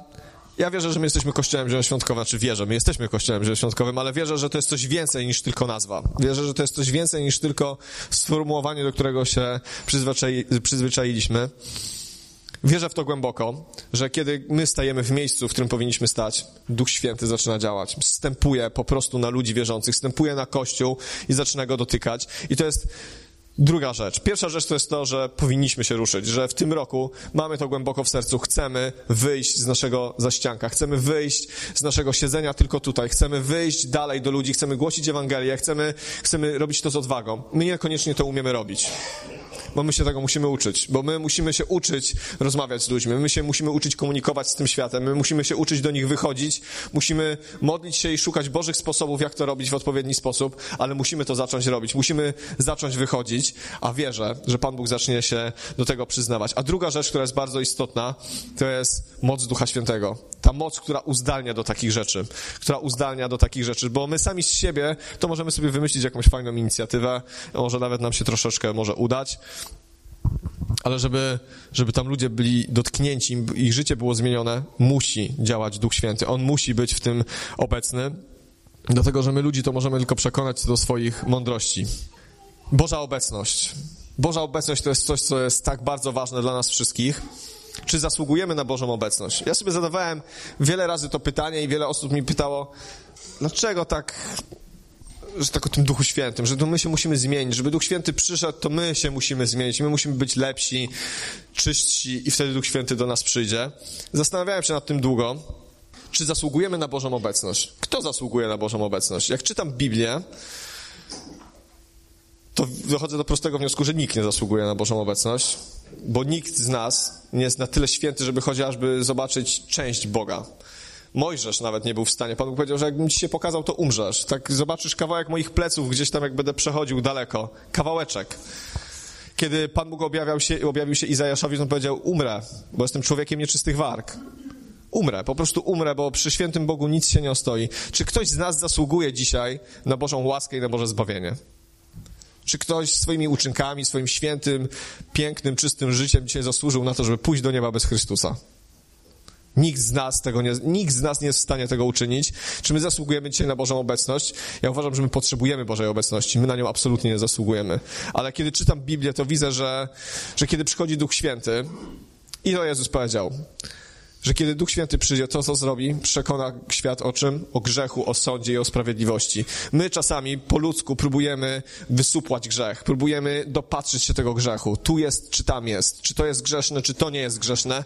ja wierzę, że my jesteśmy Kościołem Zielonoświątkowym, my jesteśmy Kościołem Zielonoświątkowym, ale wierzę, że to jest coś więcej niż tylko nazwa. Wierzę, że to jest coś więcej niż tylko sformułowanie, do którego się przyzwyczailiśmy. Wierzę w to głęboko, że kiedy my stajemy w miejscu, w którym powinniśmy stać, Duch Święty zaczyna działać. Wstępuje po prostu na ludzi wierzących, wstępuje na Kościół i zaczyna go dotykać. I to jest druga rzecz. Pierwsza rzecz to jest to, że powinniśmy się ruszyć, że w tym roku mamy to głęboko w sercu. Chcemy wyjść z naszego zaścianka, chcemy wyjść z naszego siedzenia tylko tutaj, chcemy wyjść dalej do ludzi, chcemy głosić Ewangelię, chcemy robić to z odwagą. My niekoniecznie to umiemy robić, bo my się tego musimy uczyć, bo my musimy się uczyć rozmawiać z ludźmi, my się musimy uczyć komunikować z tym światem, my musimy się uczyć do nich wychodzić, musimy modlić się i szukać Bożych sposobów, jak to robić w odpowiedni sposób, ale musimy to zacząć robić, musimy zacząć wychodzić, a wierzę, że Pan Bóg zacznie się do tego przyznawać. A druga rzecz, która jest bardzo istotna, to jest moc Ducha Świętego. Ta moc, która uzdalnia do takich rzeczy, bo my sami z siebie to możemy sobie wymyślić jakąś fajną inicjatywę, może nawet nam się troszeczkę może udać, Ale żeby tam ludzie byli dotknięci, ich życie było zmienione, musi działać Duch Święty. On musi być w tym obecny, dlatego że my ludzi to możemy tylko przekonać do swoich mądrości. Boża obecność. Boża obecność to jest coś, co jest tak bardzo ważne dla nas wszystkich. Czy zasługujemy na Bożą obecność? Ja sobie zadawałem wiele razy to pytanie i wiele osób mi pytało, dlaczego tak, że tak o tym Duchu Świętym, że to my się musimy zmienić, żeby Duch Święty przyszedł, to my się musimy zmienić, my musimy być lepsi, czystsi i wtedy Duch Święty do nas przyjdzie. Zastanawiałem się nad tym długo, czy zasługujemy na Bożą obecność. Kto zasługuje na Bożą obecność? Jak czytam Biblię, to dochodzę do prostego wniosku, że nikt nie zasługuje na Bożą obecność, bo nikt z nas nie jest na tyle święty, żeby chociażby zobaczyć część Boga. Mojżesz nawet nie był w stanie. Pan Bóg powiedział, że jakbym ci się pokazał, to umrzesz. Tak zobaczysz kawałek moich pleców gdzieś tam, jak będę przechodził daleko. Kawałeczek. Kiedy Pan Bóg objawił się Izajaszowi, to on powiedział, umrę, bo jestem człowiekiem nieczystych warg. Umrę, po prostu umrę, bo przy świętym Bogu nic się nie ostoi. Czy ktoś z nas zasługuje dzisiaj na Bożą łaskę i na Boże zbawienie? Czy ktoś swoimi uczynkami, swoim świętym, pięknym, czystym życiem dzisiaj zasłużył na to, żeby pójść do nieba bez Chrystusa? Nikt z nas nie jest w stanie tego uczynić. Czy my zasługujemy dzisiaj na Bożą obecność? Ja uważam, że my potrzebujemy Bożej obecności. My na nią absolutnie nie zasługujemy. Ale kiedy czytam Biblię, to widzę, że kiedy przychodzi Duch Święty, i to Jezus powiedział, że kiedy Duch Święty przyjdzie, to co zrobi? Przekona świat o czym? O grzechu, o sądzie i o sprawiedliwości. My czasami po ludzku próbujemy wysupłać grzech, próbujemy dopatrzyć się tego grzechu. Tu jest, czy tam jest, czy to jest grzeszne, czy to nie jest grzeszne.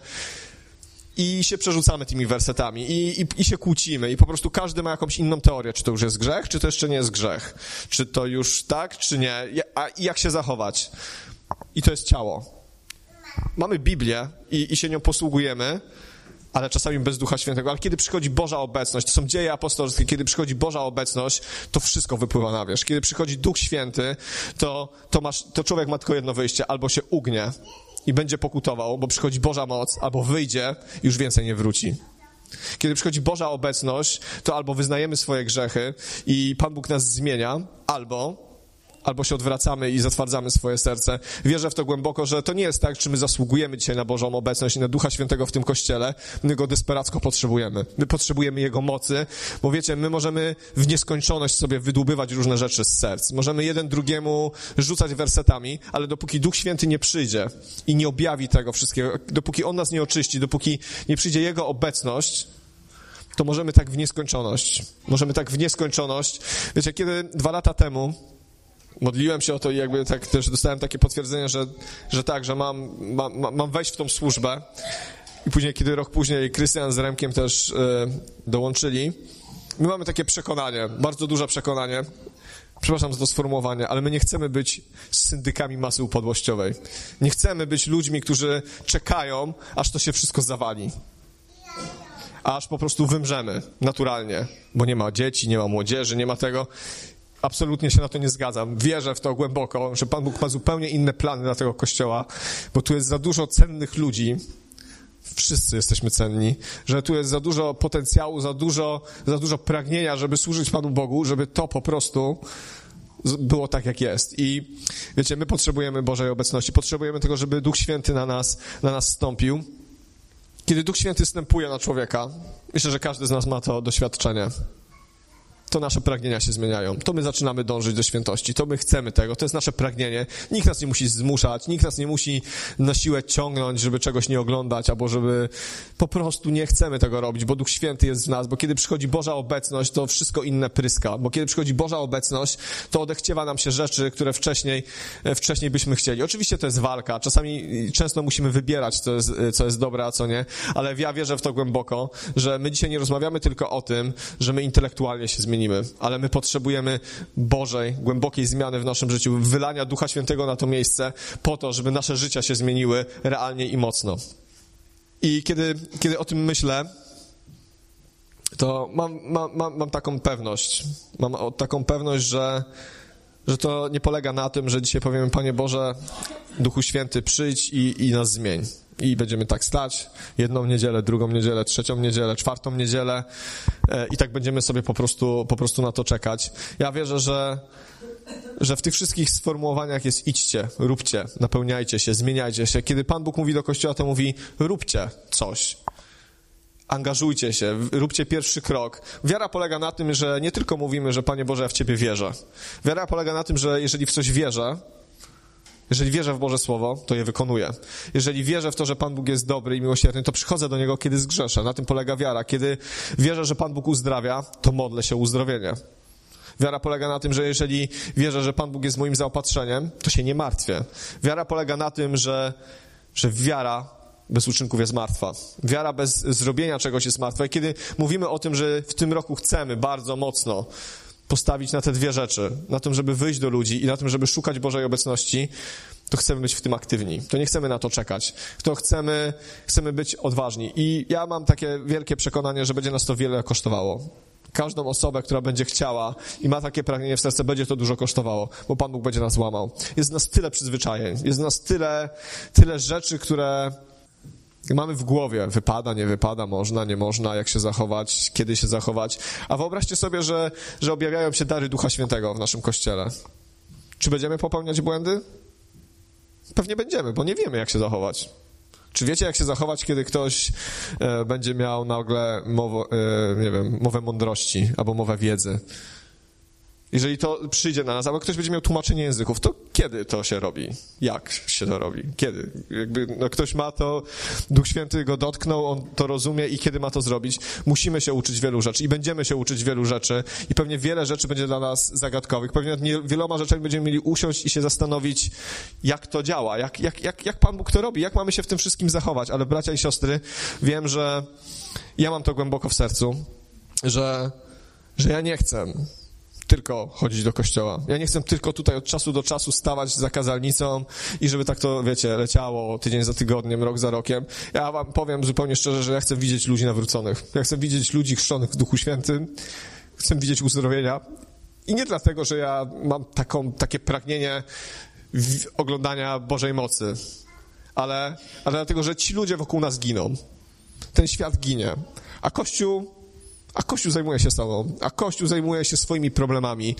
I się przerzucamy tymi wersetami i się kłócimy i po prostu każdy ma jakąś inną teorię, czy to już jest grzech, czy to jeszcze nie jest grzech. Czy to już tak, czy nie. A jak się zachować? I to jest ciało. Mamy Biblię i się nią posługujemy, ale czasami bez Ducha Świętego. Ale kiedy przychodzi Boża obecność, to są dzieje apostolskie, kiedy przychodzi Boża obecność, to wszystko wypływa na wierzch. Kiedy przychodzi Duch Święty, to człowiek ma tylko jedno wyjście, albo się ugnie i będzie pokutował, bo przychodzi Boża moc, albo wyjdzie i już więcej nie wróci. Kiedy przychodzi Boża obecność, to albo wyznajemy swoje grzechy i Pan Bóg nas zmienia, albo się odwracamy i zatwardzamy swoje serce. Wierzę w to głęboko, że to nie jest tak, czy my zasługujemy dzisiaj na Bożą obecność i na Ducha Świętego w tym Kościele. My go desperacko potrzebujemy. My potrzebujemy Jego mocy, bo wiecie, my możemy w nieskończoność sobie wydłubywać różne rzeczy z serc. Możemy jeden drugiemu rzucać wersetami, ale dopóki Duch Święty nie przyjdzie i nie objawi tego wszystkiego, dopóki On nas nie oczyści, dopóki nie przyjdzie Jego obecność, to możemy tak w nieskończoność. Możemy tak w nieskończoność. Wiecie, kiedy 2 lata temu modliłem się o to i jakby tak też dostałem takie potwierdzenie, że tak, że mam wejść w tą służbę. I później, kiedy rok później Krystian z Remkiem też dołączyli, my mamy takie przekonanie, bardzo duże przekonanie, przepraszam za to sformułowanie, ale my nie chcemy być syndykami masy upadłościowej. Nie chcemy być ludźmi, którzy czekają, aż to się wszystko zawali. Aż po prostu wymrzemy naturalnie, bo nie ma dzieci, nie ma młodzieży, nie ma tego. Absolutnie się na to nie zgadzam. Wierzę w to głęboko, że Pan Bóg ma zupełnie inne plany dla tego Kościoła, bo tu jest za dużo cennych ludzi, wszyscy jesteśmy cenni, że tu jest za dużo potencjału, za dużo pragnienia, żeby służyć Panu Bogu, żeby to po prostu było tak, jak jest. I wiecie, my potrzebujemy Bożej obecności, potrzebujemy tego, żeby Duch Święty na nas zstąpił. Kiedy Duch Święty wstępuje na człowieka, myślę, że każdy z nas ma to doświadczenie. To nasze pragnienia się zmieniają. To my zaczynamy dążyć do świętości. To my chcemy tego. To jest nasze pragnienie. Nikt nas nie musi zmuszać. Nikt nas nie musi na siłę ciągnąć, żeby czegoś nie oglądać, albo żeby po prostu nie chcemy tego robić, bo Duch Święty jest w nas, bo kiedy przychodzi Boża obecność, to wszystko inne pryska. Bo kiedy przychodzi Boża obecność, to odechciewa nam się rzeczy, które wcześniej byśmy chcieli. Oczywiście to jest walka. Często musimy wybierać, co jest dobre, a co nie. Ale ja wierzę w to głęboko, że my dzisiaj nie rozmawiamy tylko o tym, że my intelektualnie się zmienimy, ale my potrzebujemy Bożej, głębokiej zmiany w naszym życiu, wylania Ducha Świętego na to miejsce po to, żeby nasze życia się zmieniły realnie i mocno. I kiedy o tym myślę, to mam taką pewność. Mam taką pewność, że to nie polega na tym, że dzisiaj powiemy, Panie Boże, Duchu Święty, przyjdź i nas zmień. I będziemy tak stać, 1 niedzielę, 2 niedzielę, 3 niedzielę, 4 niedzielę i tak będziemy sobie po prostu na to czekać. Ja wierzę, że w tych wszystkich sformułowaniach jest idźcie, róbcie, napełniajcie się, zmieniajcie się. Kiedy Pan Bóg mówi do Kościoła, to mówi róbcie coś. Angażujcie się, róbcie pierwszy krok. Wiara polega na tym, że nie tylko mówimy, że Panie Boże, ja w Ciebie wierzę. Wiara polega na tym, że jeżeli w coś wierzę, jeżeli wierzę w Boże Słowo, to je wykonuję. Jeżeli wierzę w to, że Pan Bóg jest dobry i miłosierny, to przychodzę do Niego, kiedy zgrzeszę. Na tym polega wiara. Kiedy wierzę, że Pan Bóg uzdrawia, to modlę się o uzdrowienie. Wiara polega na tym, że jeżeli wierzę, że Pan Bóg jest moim zaopatrzeniem, to się nie martwię. Wiara polega na tym, że wiara bez uczynków jest martwa. Wiara bez zrobienia czegoś jest martwa. I kiedy mówimy o tym, że w tym roku chcemy bardzo mocno postawić na te dwie rzeczy, na tym, żeby wyjść do ludzi i na tym, żeby szukać Bożej obecności, to chcemy być w tym aktywni. To nie chcemy na to czekać. To chcemy być odważni. I ja mam takie wielkie przekonanie, że będzie nas to wiele kosztowało. Każdą osobę, która będzie chciała i ma takie pragnienie w sercu, będzie to dużo kosztowało, bo Pan Bóg będzie nas łamał. Jest w nas tyle przyzwyczajeń, jest w nas tyle rzeczy, które mamy w głowie. Wypada, nie wypada, można, nie można, jak się zachować, kiedy się zachować. A wyobraźcie sobie, że objawiają się dary Ducha Świętego w naszym Kościele. Czy będziemy popełniać błędy? Pewnie będziemy, bo nie wiemy, jak się zachować. Czy wiecie, jak się zachować, kiedy ktoś będzie miał nagle mowę mądrości albo mowę wiedzy? Jeżeli to przyjdzie na nas, albo ktoś będzie miał tłumaczenie języków, to kiedy to się robi? Jak się to robi? Kiedy? Ktoś ma to, Duch Święty go dotknął, on to rozumie i kiedy ma to zrobić? Musimy się uczyć wielu rzeczy i będziemy się uczyć wielu rzeczy i pewnie wiele rzeczy będzie dla nas zagadkowych. Pewnie nad wieloma rzeczami będziemy mieli usiąść i się zastanowić, jak to działa, jak Pan Bóg to robi, jak mamy się w tym wszystkim zachować. Ale bracia i siostry, wiem, że ja mam to głęboko w sercu, że ja nie chcę tylko chodzić do kościoła. Ja nie chcę tylko tutaj od czasu do czasu stawać za kazalnicą i żeby tak to, wiecie, leciało tydzień za tygodniem, rok za rokiem. Ja wam powiem zupełnie szczerze, że ja chcę widzieć ludzi nawróconych. Ja chcę widzieć ludzi chrzczonych w Duchu Świętym. Chcę widzieć uzdrowienia. I nie dlatego, że ja mam takie pragnienie oglądania Bożej mocy, ale dlatego, że ci ludzie wokół nas giną. Ten świat ginie. A Kościół zajmuje się sobą, a Kościół zajmuje się swoimi problemami.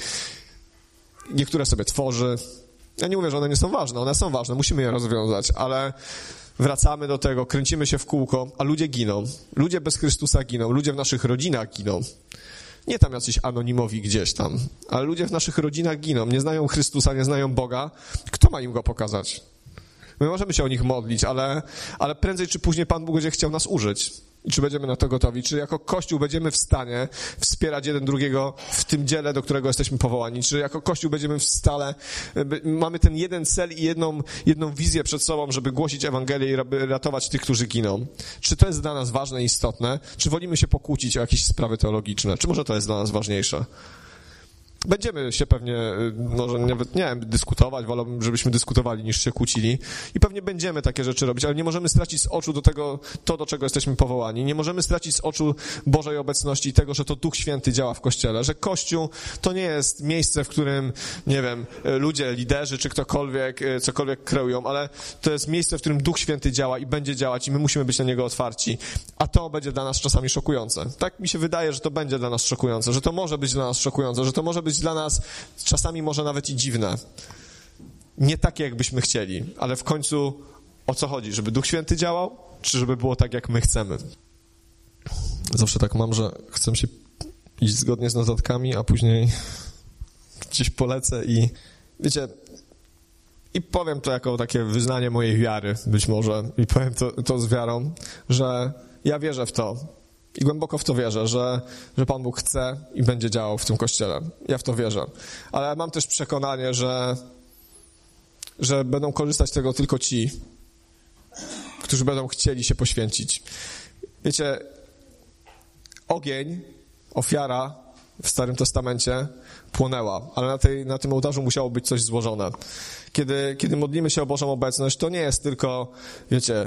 Niektóre sobie tworzy. Ja nie mówię, że one są ważne, musimy je rozwiązać, ale wracamy do tego, kręcimy się w kółko, a ludzie giną. Ludzie bez Chrystusa giną, ludzie w naszych rodzinach giną. Nie tam jacyś anonimowi gdzieś tam, ale ludzie w naszych rodzinach giną, nie znają Chrystusa, nie znają Boga. Kto ma im Go pokazać? My możemy się o nich modlić, ale prędzej czy później Pan Bóg będzie chciał nas użyć. I czy będziemy na to gotowi? Czy jako Kościół będziemy w stanie wspierać jeden drugiego w tym dziele, do którego jesteśmy powołani? Czy jako Kościół będziemy w stale, mamy ten jeden cel i jedną wizję przed sobą, żeby głosić Ewangelię i ratować tych, którzy giną? Czy to jest dla nas ważne i istotne? Czy wolimy się pokłócić o jakieś sprawy teologiczne? Czy może to jest dla nas ważniejsze? Będziemy się pewnie, może nawet, nie wiem, dyskutować, wolałbym, żebyśmy dyskutowali niż się kłócili i pewnie będziemy takie rzeczy robić, ale nie możemy stracić z oczu do czego jesteśmy powołani. Nie możemy stracić z oczu Bożej obecności i tego, że to Duch Święty działa w Kościele, że Kościół to nie jest miejsce, w którym, nie wiem, ludzie, liderzy czy ktokolwiek, cokolwiek kreują, ale to jest miejsce, w którym Duch Święty działa i będzie działać i my musimy być na Niego otwarci, a to będzie dla nas czasami szokujące. Tak mi się wydaje, że to będzie dla nas szokujące, że to może być dla nas szokujące, że to może być dla nas czasami może nawet i dziwne. Nie takie, jakbyśmy chcieli, ale w końcu o co chodzi? Żeby Duch Święty działał, czy żeby było tak, jak my chcemy? Zawsze tak mam, że chcę się iść zgodnie z notatkami, a później gdzieś polecę i wiecie, i powiem to jako takie wyznanie mojej wiary być może i powiem to z wiarą, że ja wierzę w to, i głęboko w to wierzę, że Pan Bóg chce i będzie działał w tym Kościele. Ja w to wierzę. Ale mam też przekonanie, że będą korzystać z tego tylko ci, którzy będą chcieli się poświęcić. Wiecie, ogień, ofiara w Starym Testamencie płonęła, ale na tym ołtarzu musiało być coś złożone. Kiedy modlimy się o Bożą obecność, to nie jest tylko, wiecie,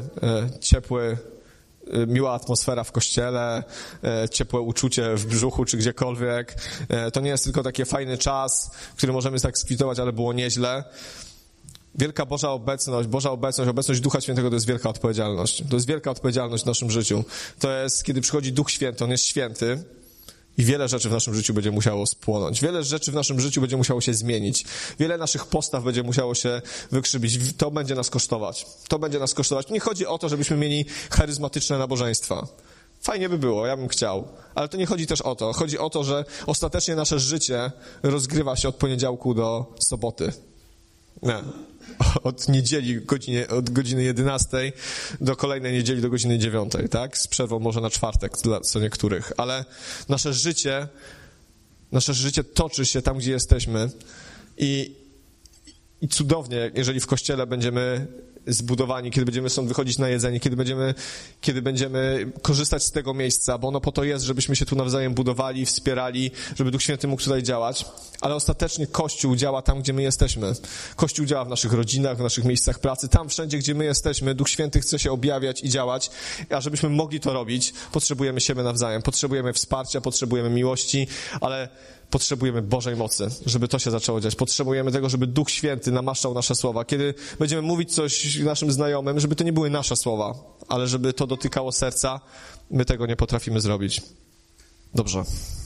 miła atmosfera w kościele, ciepłe uczucie w brzuchu czy gdziekolwiek. To nie jest tylko taki fajny czas, który możemy tak skwitować, ale było nieźle. Wielka Boża obecność Ducha Świętego to jest wielka odpowiedzialność. To jest wielka odpowiedzialność w naszym życiu. To jest, kiedy przychodzi Duch Święty, On jest święty I wiele rzeczy w naszym życiu będzie musiało spłonąć. Wiele rzeczy w naszym życiu będzie musiało się zmienić. Wiele naszych postaw będzie musiało się wykrzywić. To będzie nas kosztować. To będzie nas kosztować. Nie chodzi o to, żebyśmy mieli charyzmatyczne nabożeństwa. Fajnie by było, ja bym chciał. Ale to nie chodzi też o to. Chodzi o to, że ostatecznie nasze życie rozgrywa się od poniedziałku do soboty. Nie. Od niedzieli od godziny 11 do kolejnej niedzieli do godziny 9, tak? Z przerwą może na czwartek dla co niektórych. Ale nasze życie toczy się tam, gdzie jesteśmy i cudownie, jeżeli w Kościele będziemy zbudowani, kiedy będziemy stąd wychodzić na jedzenie, kiedy będziemy korzystać z tego miejsca, bo ono po to jest, żebyśmy się tu nawzajem budowali, wspierali, żeby Duch Święty mógł tutaj działać, ale ostatecznie Kościół działa tam, gdzie my jesteśmy. Kościół działa w naszych rodzinach, w naszych miejscach pracy, tam wszędzie, gdzie my jesteśmy, Duch Święty chce się objawiać i działać, a żebyśmy mogli to robić, potrzebujemy siebie nawzajem, potrzebujemy wsparcia, potrzebujemy miłości, ale potrzebujemy Bożej mocy, żeby to się zaczęło dziać. Potrzebujemy tego, żeby Duch Święty namaszczał nasze słowa. Kiedy będziemy mówić coś naszym znajomym, żeby to nie były nasze słowa, ale żeby to dotykało serca, my tego nie potrafimy zrobić. Dobrze.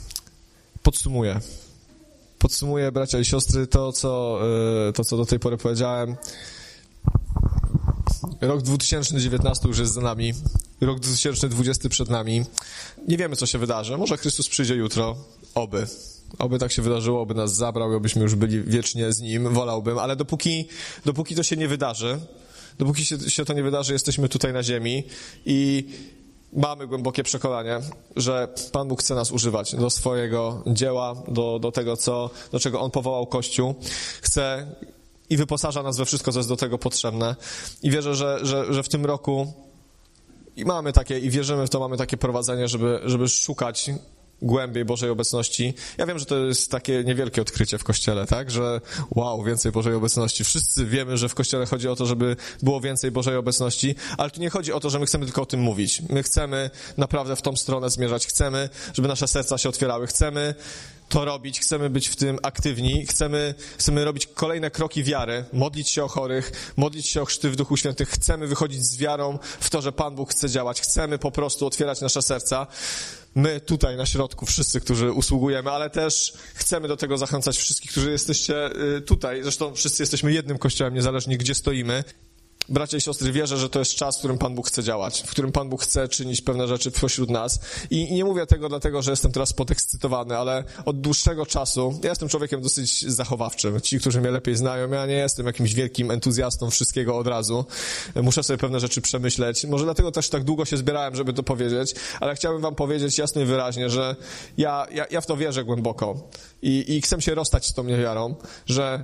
Podsumuję, bracia i siostry, to, co do tej pory powiedziałem. Rok 2019 już jest za nami. Rok 2020 przed nami. Nie wiemy, co się wydarzy. Może Chrystus przyjdzie jutro. Oby tak się wydarzyło, oby nas zabrał i obyśmy już byli wiecznie z Nim, wolałbym, ale dopóki to się nie wydarzy, dopóki się to nie wydarzy, jesteśmy tutaj na ziemi i mamy głębokie przekonanie, że Pan Bóg chce nas używać do swojego dzieła, do tego, do czego On powołał Kościół. Chce i wyposaża nas we wszystko, co jest do tego potrzebne. I wierzę, że w tym roku i wierzymy w to, mamy takie prowadzenie, żeby szukać głębiej Bożej obecności. Ja wiem, że to jest takie niewielkie odkrycie w Kościele, tak? Że więcej Bożej obecności. Wszyscy wiemy, że w Kościele chodzi o to, żeby było więcej Bożej obecności, ale tu nie chodzi o to, że my chcemy tylko o tym mówić. My chcemy naprawdę w tą stronę zmierzać. Chcemy, żeby nasze serca się otwierały. Chcemy to robić, chcemy być w tym aktywni, chcemy robić kolejne kroki wiary, modlić się o chorych, modlić się o chrzty w Duchu Świętym. Chcemy wychodzić z wiarą w to, że Pan Bóg chce działać. Chcemy po prostu otwierać nasze serca. My tutaj na środku, wszyscy, którzy usługujemy, ale też chcemy do tego zachęcać wszystkich, którzy jesteście tutaj. Zresztą wszyscy jesteśmy jednym Kościołem, niezależnie gdzie stoimy. Bracia i siostry, wierzę, że to jest czas, w którym Pan Bóg chce działać, w którym Pan Bóg chce czynić pewne rzeczy pośród nas. I nie mówię tego dlatego, że jestem teraz podekscytowany, ale od dłuższego czasu, ja jestem człowiekiem dosyć zachowawczym. Ci, którzy mnie lepiej znają, ja nie jestem jakimś wielkim entuzjastą wszystkiego od razu. Muszę sobie pewne rzeczy przemyśleć. Może dlatego też tak długo się zbierałem, żeby to powiedzieć, ale chciałbym wam powiedzieć jasno i wyraźnie, że ja w to wierzę głęboko i chcę się rozstać z tą niewiarą, że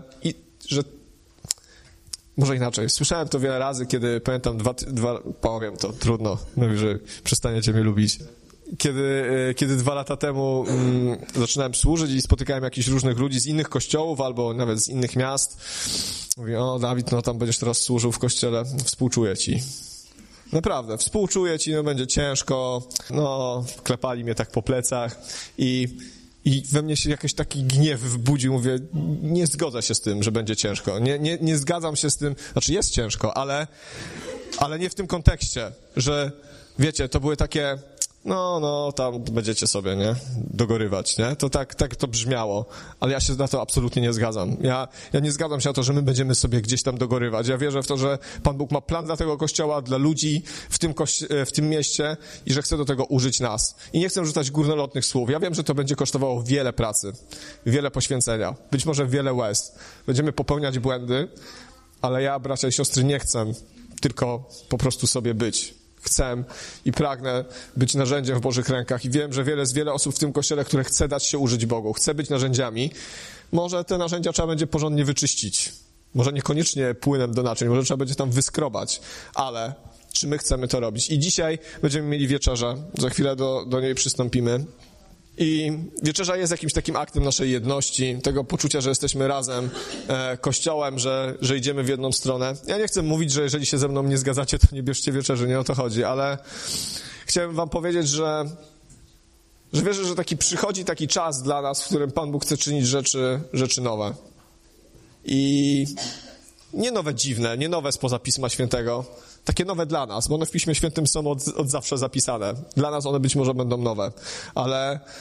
może inaczej. Słyszałem to wiele razy, kiedy pamiętam powiem to, trudno, że przestaniecie mnie lubić. Kiedy 2 lata temu zaczynałem służyć i spotykałem jakichś różnych ludzi z innych kościołów albo nawet z innych miast. Mówię, Dawid, tam będziesz teraz służył w kościele, współczuję ci. Naprawdę, współczuję ci, będzie ciężko. Klepali mnie tak po plecach i we mnie się jakiś taki gniew wbudził, mówię, nie zgodzę się z tym, że będzie ciężko. Nie zgadzam się z tym, jest ciężko, ale nie w tym kontekście, że wiecie, to były takie, tam będziecie sobie, nie, dogorywać, nie? To tak to brzmiało, ale ja się na to absolutnie nie zgadzam. Ja nie zgadzam się na to, że my będziemy sobie gdzieś tam dogorywać. Ja wierzę w to, że Pan Bóg ma plan dla tego Kościoła, dla ludzi w tym mieście i że chce do tego użyć nas. I nie chcę rzucać górnolotnych słów. Ja wiem, że to będzie kosztowało wiele pracy, wiele poświęcenia, być może wiele łez. Będziemy popełniać błędy, ale ja, bracia i siostry, nie chcę tylko po prostu sobie być. Chcę i pragnę być narzędziem w Bożych rękach i wiem, że wiele osób w tym Kościele, które chce dać się użyć Bogu, chce być narzędziami. Może te narzędzia trzeba będzie porządnie wyczyścić. Może niekoniecznie płynem do naczyń, może trzeba będzie tam wyskrobać, ale czy my chcemy to robić? I dzisiaj będziemy mieli wieczerzę, za chwilę do niej przystąpimy. I wieczerza jest jakimś takim aktem naszej jedności, tego poczucia, że jesteśmy razem Kościołem, że idziemy w jedną stronę. Ja nie chcę mówić, że jeżeli się ze mną nie zgadzacie, to nie bierzcie wieczerzy, nie o to chodzi, ale chciałem wam powiedzieć, że wierzę, że przychodzi taki czas dla nas, w którym Pan Bóg chce czynić rzeczy nowe. I nie nowe dziwne, nie nowe spoza Pisma Świętego, takie nowe dla nas, bo one w Piśmie Świętym są od zawsze zapisane. Dla nas one być może będą nowe, ale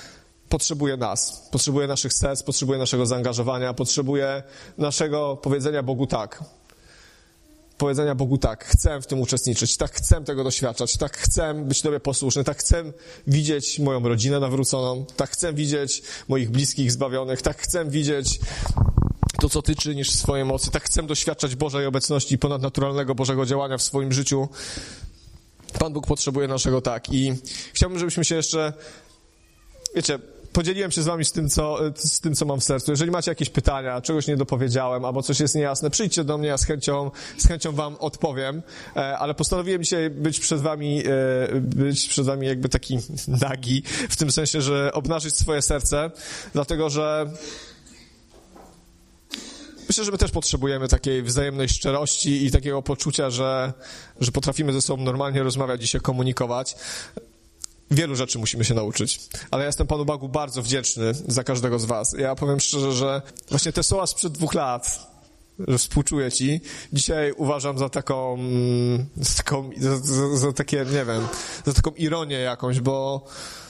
potrzebuje nas, potrzebuje naszych serc, potrzebuje naszego zaangażowania, potrzebuje naszego powiedzenia Bogu tak. Powiedzenia Bogu tak, chcę w tym uczestniczyć, tak chcę tego doświadczać, tak chcę być Tobie posłuszny, tak chcę widzieć moją rodzinę nawróconą, tak chcę widzieć moich bliskich zbawionych, tak chcę widzieć to, co Ty czynisz w swojej mocy, tak chcę doświadczać Bożej obecności, ponadnaturalnego Bożego działania w swoim życiu. Pan Bóg potrzebuje naszego tak i chciałbym, żebyśmy się jeszcze, wiecie, podzieliłem się z wami z tym, co mam w sercu. Jeżeli macie jakieś pytania, czegoś nie dopowiedziałem, albo coś jest niejasne, przyjdźcie do mnie, ja z chęcią wam odpowiem, ale postanowiłem dzisiaj być przed wami jakby taki nagi, w tym sensie, że obnażyć swoje serce, dlatego że myślę, że my też potrzebujemy takiej wzajemnej szczerości i takiego poczucia, że potrafimy ze sobą normalnie rozmawiać i się komunikować. Wielu rzeczy musimy się nauczyć, ale ja jestem Panu Bogu bardzo wdzięczny za każdego z was. Ja powiem szczerze, że właśnie te słowa sprzed 2 lat, że współczuję ci, dzisiaj uważam za taką ironię jakąś, bo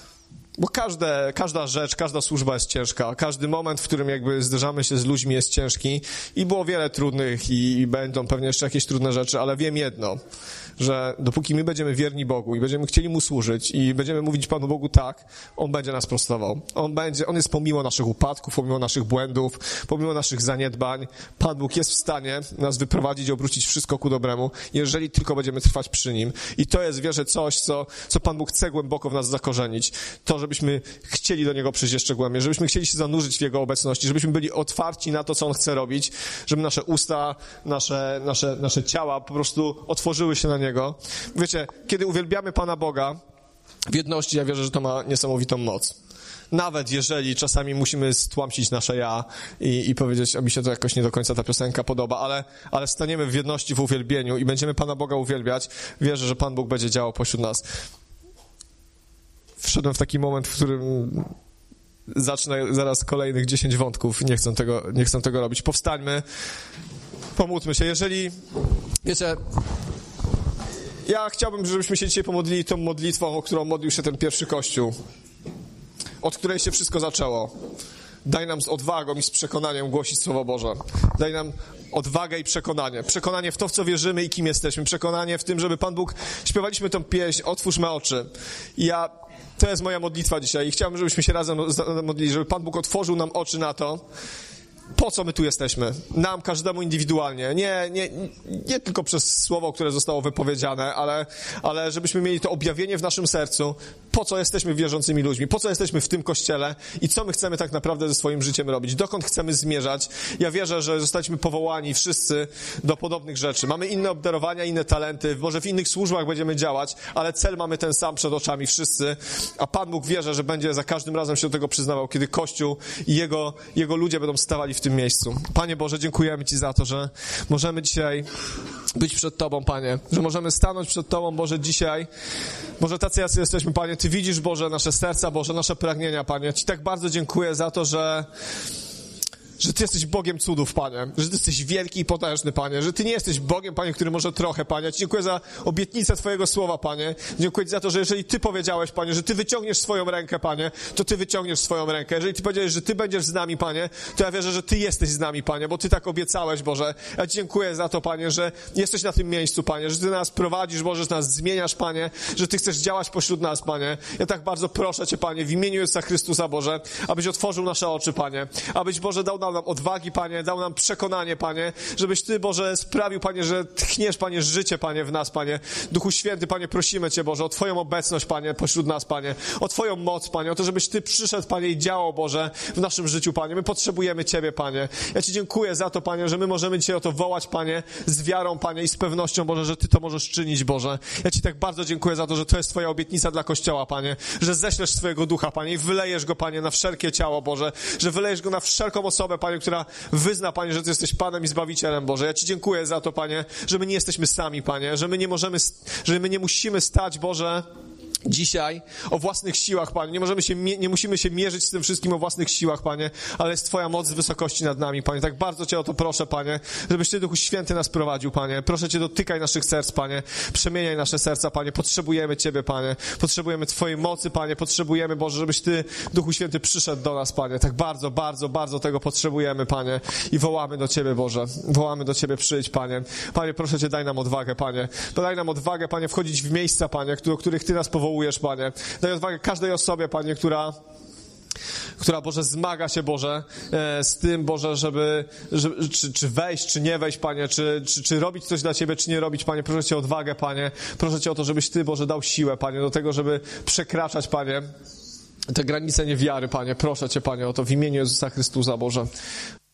każda rzecz, każda służba jest ciężka. Każdy moment, w którym jakby zderzamy się z ludźmi, jest ciężki i było wiele trudnych i będą pewnie jeszcze jakieś trudne rzeczy, ale wiem jedno, że dopóki my będziemy wierni Bogu i będziemy chcieli Mu służyć i będziemy mówić Panu Bogu tak, On będzie nas prostował. On jest pomimo naszych upadków, pomimo naszych błędów, pomimo naszych zaniedbań. Pan Bóg jest w stanie nas wyprowadzić i obrócić wszystko ku dobremu, jeżeli tylko będziemy trwać przy Nim. I to jest, wierzę, coś, co Pan Bóg chce głęboko w nas zakorzenić. To, żebyśmy chcieli do Niego przyjść jeszcze głębiej, żebyśmy chcieli się zanurzyć w Jego obecności, żebyśmy byli otwarci na to, co On chce robić, żeby nasze usta, nasze ciała po prostu otworzyły się na Niego. Wiecie, kiedy uwielbiamy Pana Boga w jedności, ja wierzę, że to ma niesamowitą moc. Nawet jeżeli czasami musimy stłamsić nasze ja i powiedzieć, a mi się to jakoś nie do końca ta piosenka podoba, ale staniemy w jedności w uwielbieniu i będziemy Pana Boga uwielbiać, wierzę, że Pan Bóg będzie działał pośród nas. Wszedłem w taki moment, w którym zacznę zaraz kolejnych 10 wątków i nie chcę tego robić. Powstańmy, pomódlmy się. Jeżeli, wiecie, ja chciałbym, żebyśmy się dzisiaj pomodlili tą modlitwą, o którą modlił się ten pierwszy Kościół, od której się wszystko zaczęło. Daj nam z odwagą i z przekonaniem głosić Słowo Boże. Daj nam odwagę i przekonanie. Przekonanie w to, w co wierzymy i kim jesteśmy. Przekonanie w tym, żeby Pan Bóg... Śpiewaliśmy tą pieśń, otwórz me oczy. I to jest moja modlitwa dzisiaj i chciałbym, żebyśmy się razem modlili, żeby Pan Bóg otworzył nam oczy na to, po co my tu jesteśmy. Nam, każdemu indywidualnie. Nie tylko przez słowo, które zostało wypowiedziane, ale żebyśmy mieli to objawienie w naszym sercu, po co jesteśmy wierzącymi ludźmi, po co jesteśmy w tym Kościele i co my chcemy tak naprawdę ze swoim życiem robić, dokąd chcemy zmierzać. Ja wierzę, że zostaliśmy powołani wszyscy do podobnych rzeczy. Mamy inne obdarowania, inne talenty, może w innych służbach będziemy działać, ale cel mamy ten sam przed oczami wszyscy, a Pan Bóg wierzę, że będzie za każdym razem się do tego przyznawał, kiedy Kościół i Jego ludzie będą stawali w tym miejscu. Panie Boże, dziękujemy Ci za to, że możemy dzisiaj być przed Tobą, Panie, że możemy stanąć przed Tobą, Boże, dzisiaj. Boże, tacy jacy jesteśmy, Panie, Ty widzisz, Boże, nasze serca, Boże, nasze pragnienia, Panie. Ci tak bardzo dziękuję za to, że Ty jesteś Bogiem cudów, Panie, że Ty jesteś wielki i potężny, Panie, że Ty nie jesteś Bogiem, Panie, który może trochę, Panie. Ja Ci dziękuję za obietnicę Twojego słowa, Panie. Dziękuję Ci za to, że jeżeli Ty powiedziałeś, Panie, że Ty wyciągniesz swoją rękę, Panie, to Ty wyciągniesz swoją rękę. Jeżeli Ty powiedziałeś, że Ty będziesz z nami, Panie, to ja wierzę, że Ty jesteś z nami, Panie, bo Ty tak obiecałeś, Boże. Ja Ci dziękuję za to, Panie, że jesteś na tym miejscu, Panie, że Ty nas prowadzisz, Boże, że nas zmieniasz, Panie, że Ty chcesz działać pośród nas, Panie. Ja tak bardzo proszę Cię, Panie, w imieniu Jezusa Chrystusa, Boże, abyś otworzył nasze oczy, Panie, abyś, Boże, dał nam odwagi, Panie, dał nam przekonanie, Panie, żebyś Ty, Boże, sprawił, Panie, że tchniesz, Panie, życie, Panie, w nas, Panie. Duchu Święty, Panie, prosimy Cię, Boże, o Twoją obecność, Panie, pośród nas, Panie, o Twoją moc, Panie, o to, żebyś Ty przyszedł, Panie, i działał, Boże, w naszym życiu, Panie. My potrzebujemy Ciebie, Panie. Ja Ci dziękuję za to, Panie, że my możemy dzisiaj o to wołać, Panie, z wiarą, Panie, i z pewnością, Boże, że Ty to możesz czynić, Boże. Ja Ci tak bardzo dziękuję za to, że to jest Twoja obietnica dla Kościoła, Panie, że ześlesz swojego Ducha, Panie, i wylejesz go, Panie, na wszelkie ciało, Boże, że wylejesz go na wszelką osobę, Panie, która wyzna, Panie, że Ty jesteś Panem i Zbawicielem, Boże. Ja Ci dziękuję za to, Panie, że my nie jesteśmy sami, Panie, że my nie musimy stać, Boże, Dzisiaj o własnych siłach, Panie. Nie musimy się mierzyć z tym wszystkim o własnych siłach, Panie, ale jest Twoja moc z wysokości nad nami, Panie. Tak bardzo Cię o to proszę, Panie, żebyś Ty, Duchu Święty, nas prowadził, Panie. Proszę Cię, dotykaj naszych serc, Panie. Przemieniaj nasze serca, Panie. Potrzebujemy Ciebie, Panie. Potrzebujemy Twojej mocy, Panie. Potrzebujemy, Boże, żebyś Ty, Duchu Święty, przyszedł do nas, Panie. Tak bardzo, bardzo, bardzo tego potrzebujemy, Panie. I wołamy do Ciebie, Boże. Wołamy do Ciebie, przyjdź, Panie. Panie, proszę Cię, daj nam odwagę, Panie. Daj nam odwagę, Panie, wchodzić w miejsca, Panie, do których Ty nas powołujesz, Panie. Daj odwagę każdej osobie, Panie, która, Boże, zmaga się, Boże, z tym, Boże, czy wejść, czy nie wejść, Panie, czy robić coś dla Ciebie, czy nie robić, Panie. Proszę Cię o odwagę, Panie. Proszę Cię o to, żebyś Ty, Boże, dał siłę, Panie, do tego, żeby przekraczać, Panie, te granice niewiary, Panie. Proszę Cię, Panie, o to w imieniu Jezusa Chrystusa, Boże.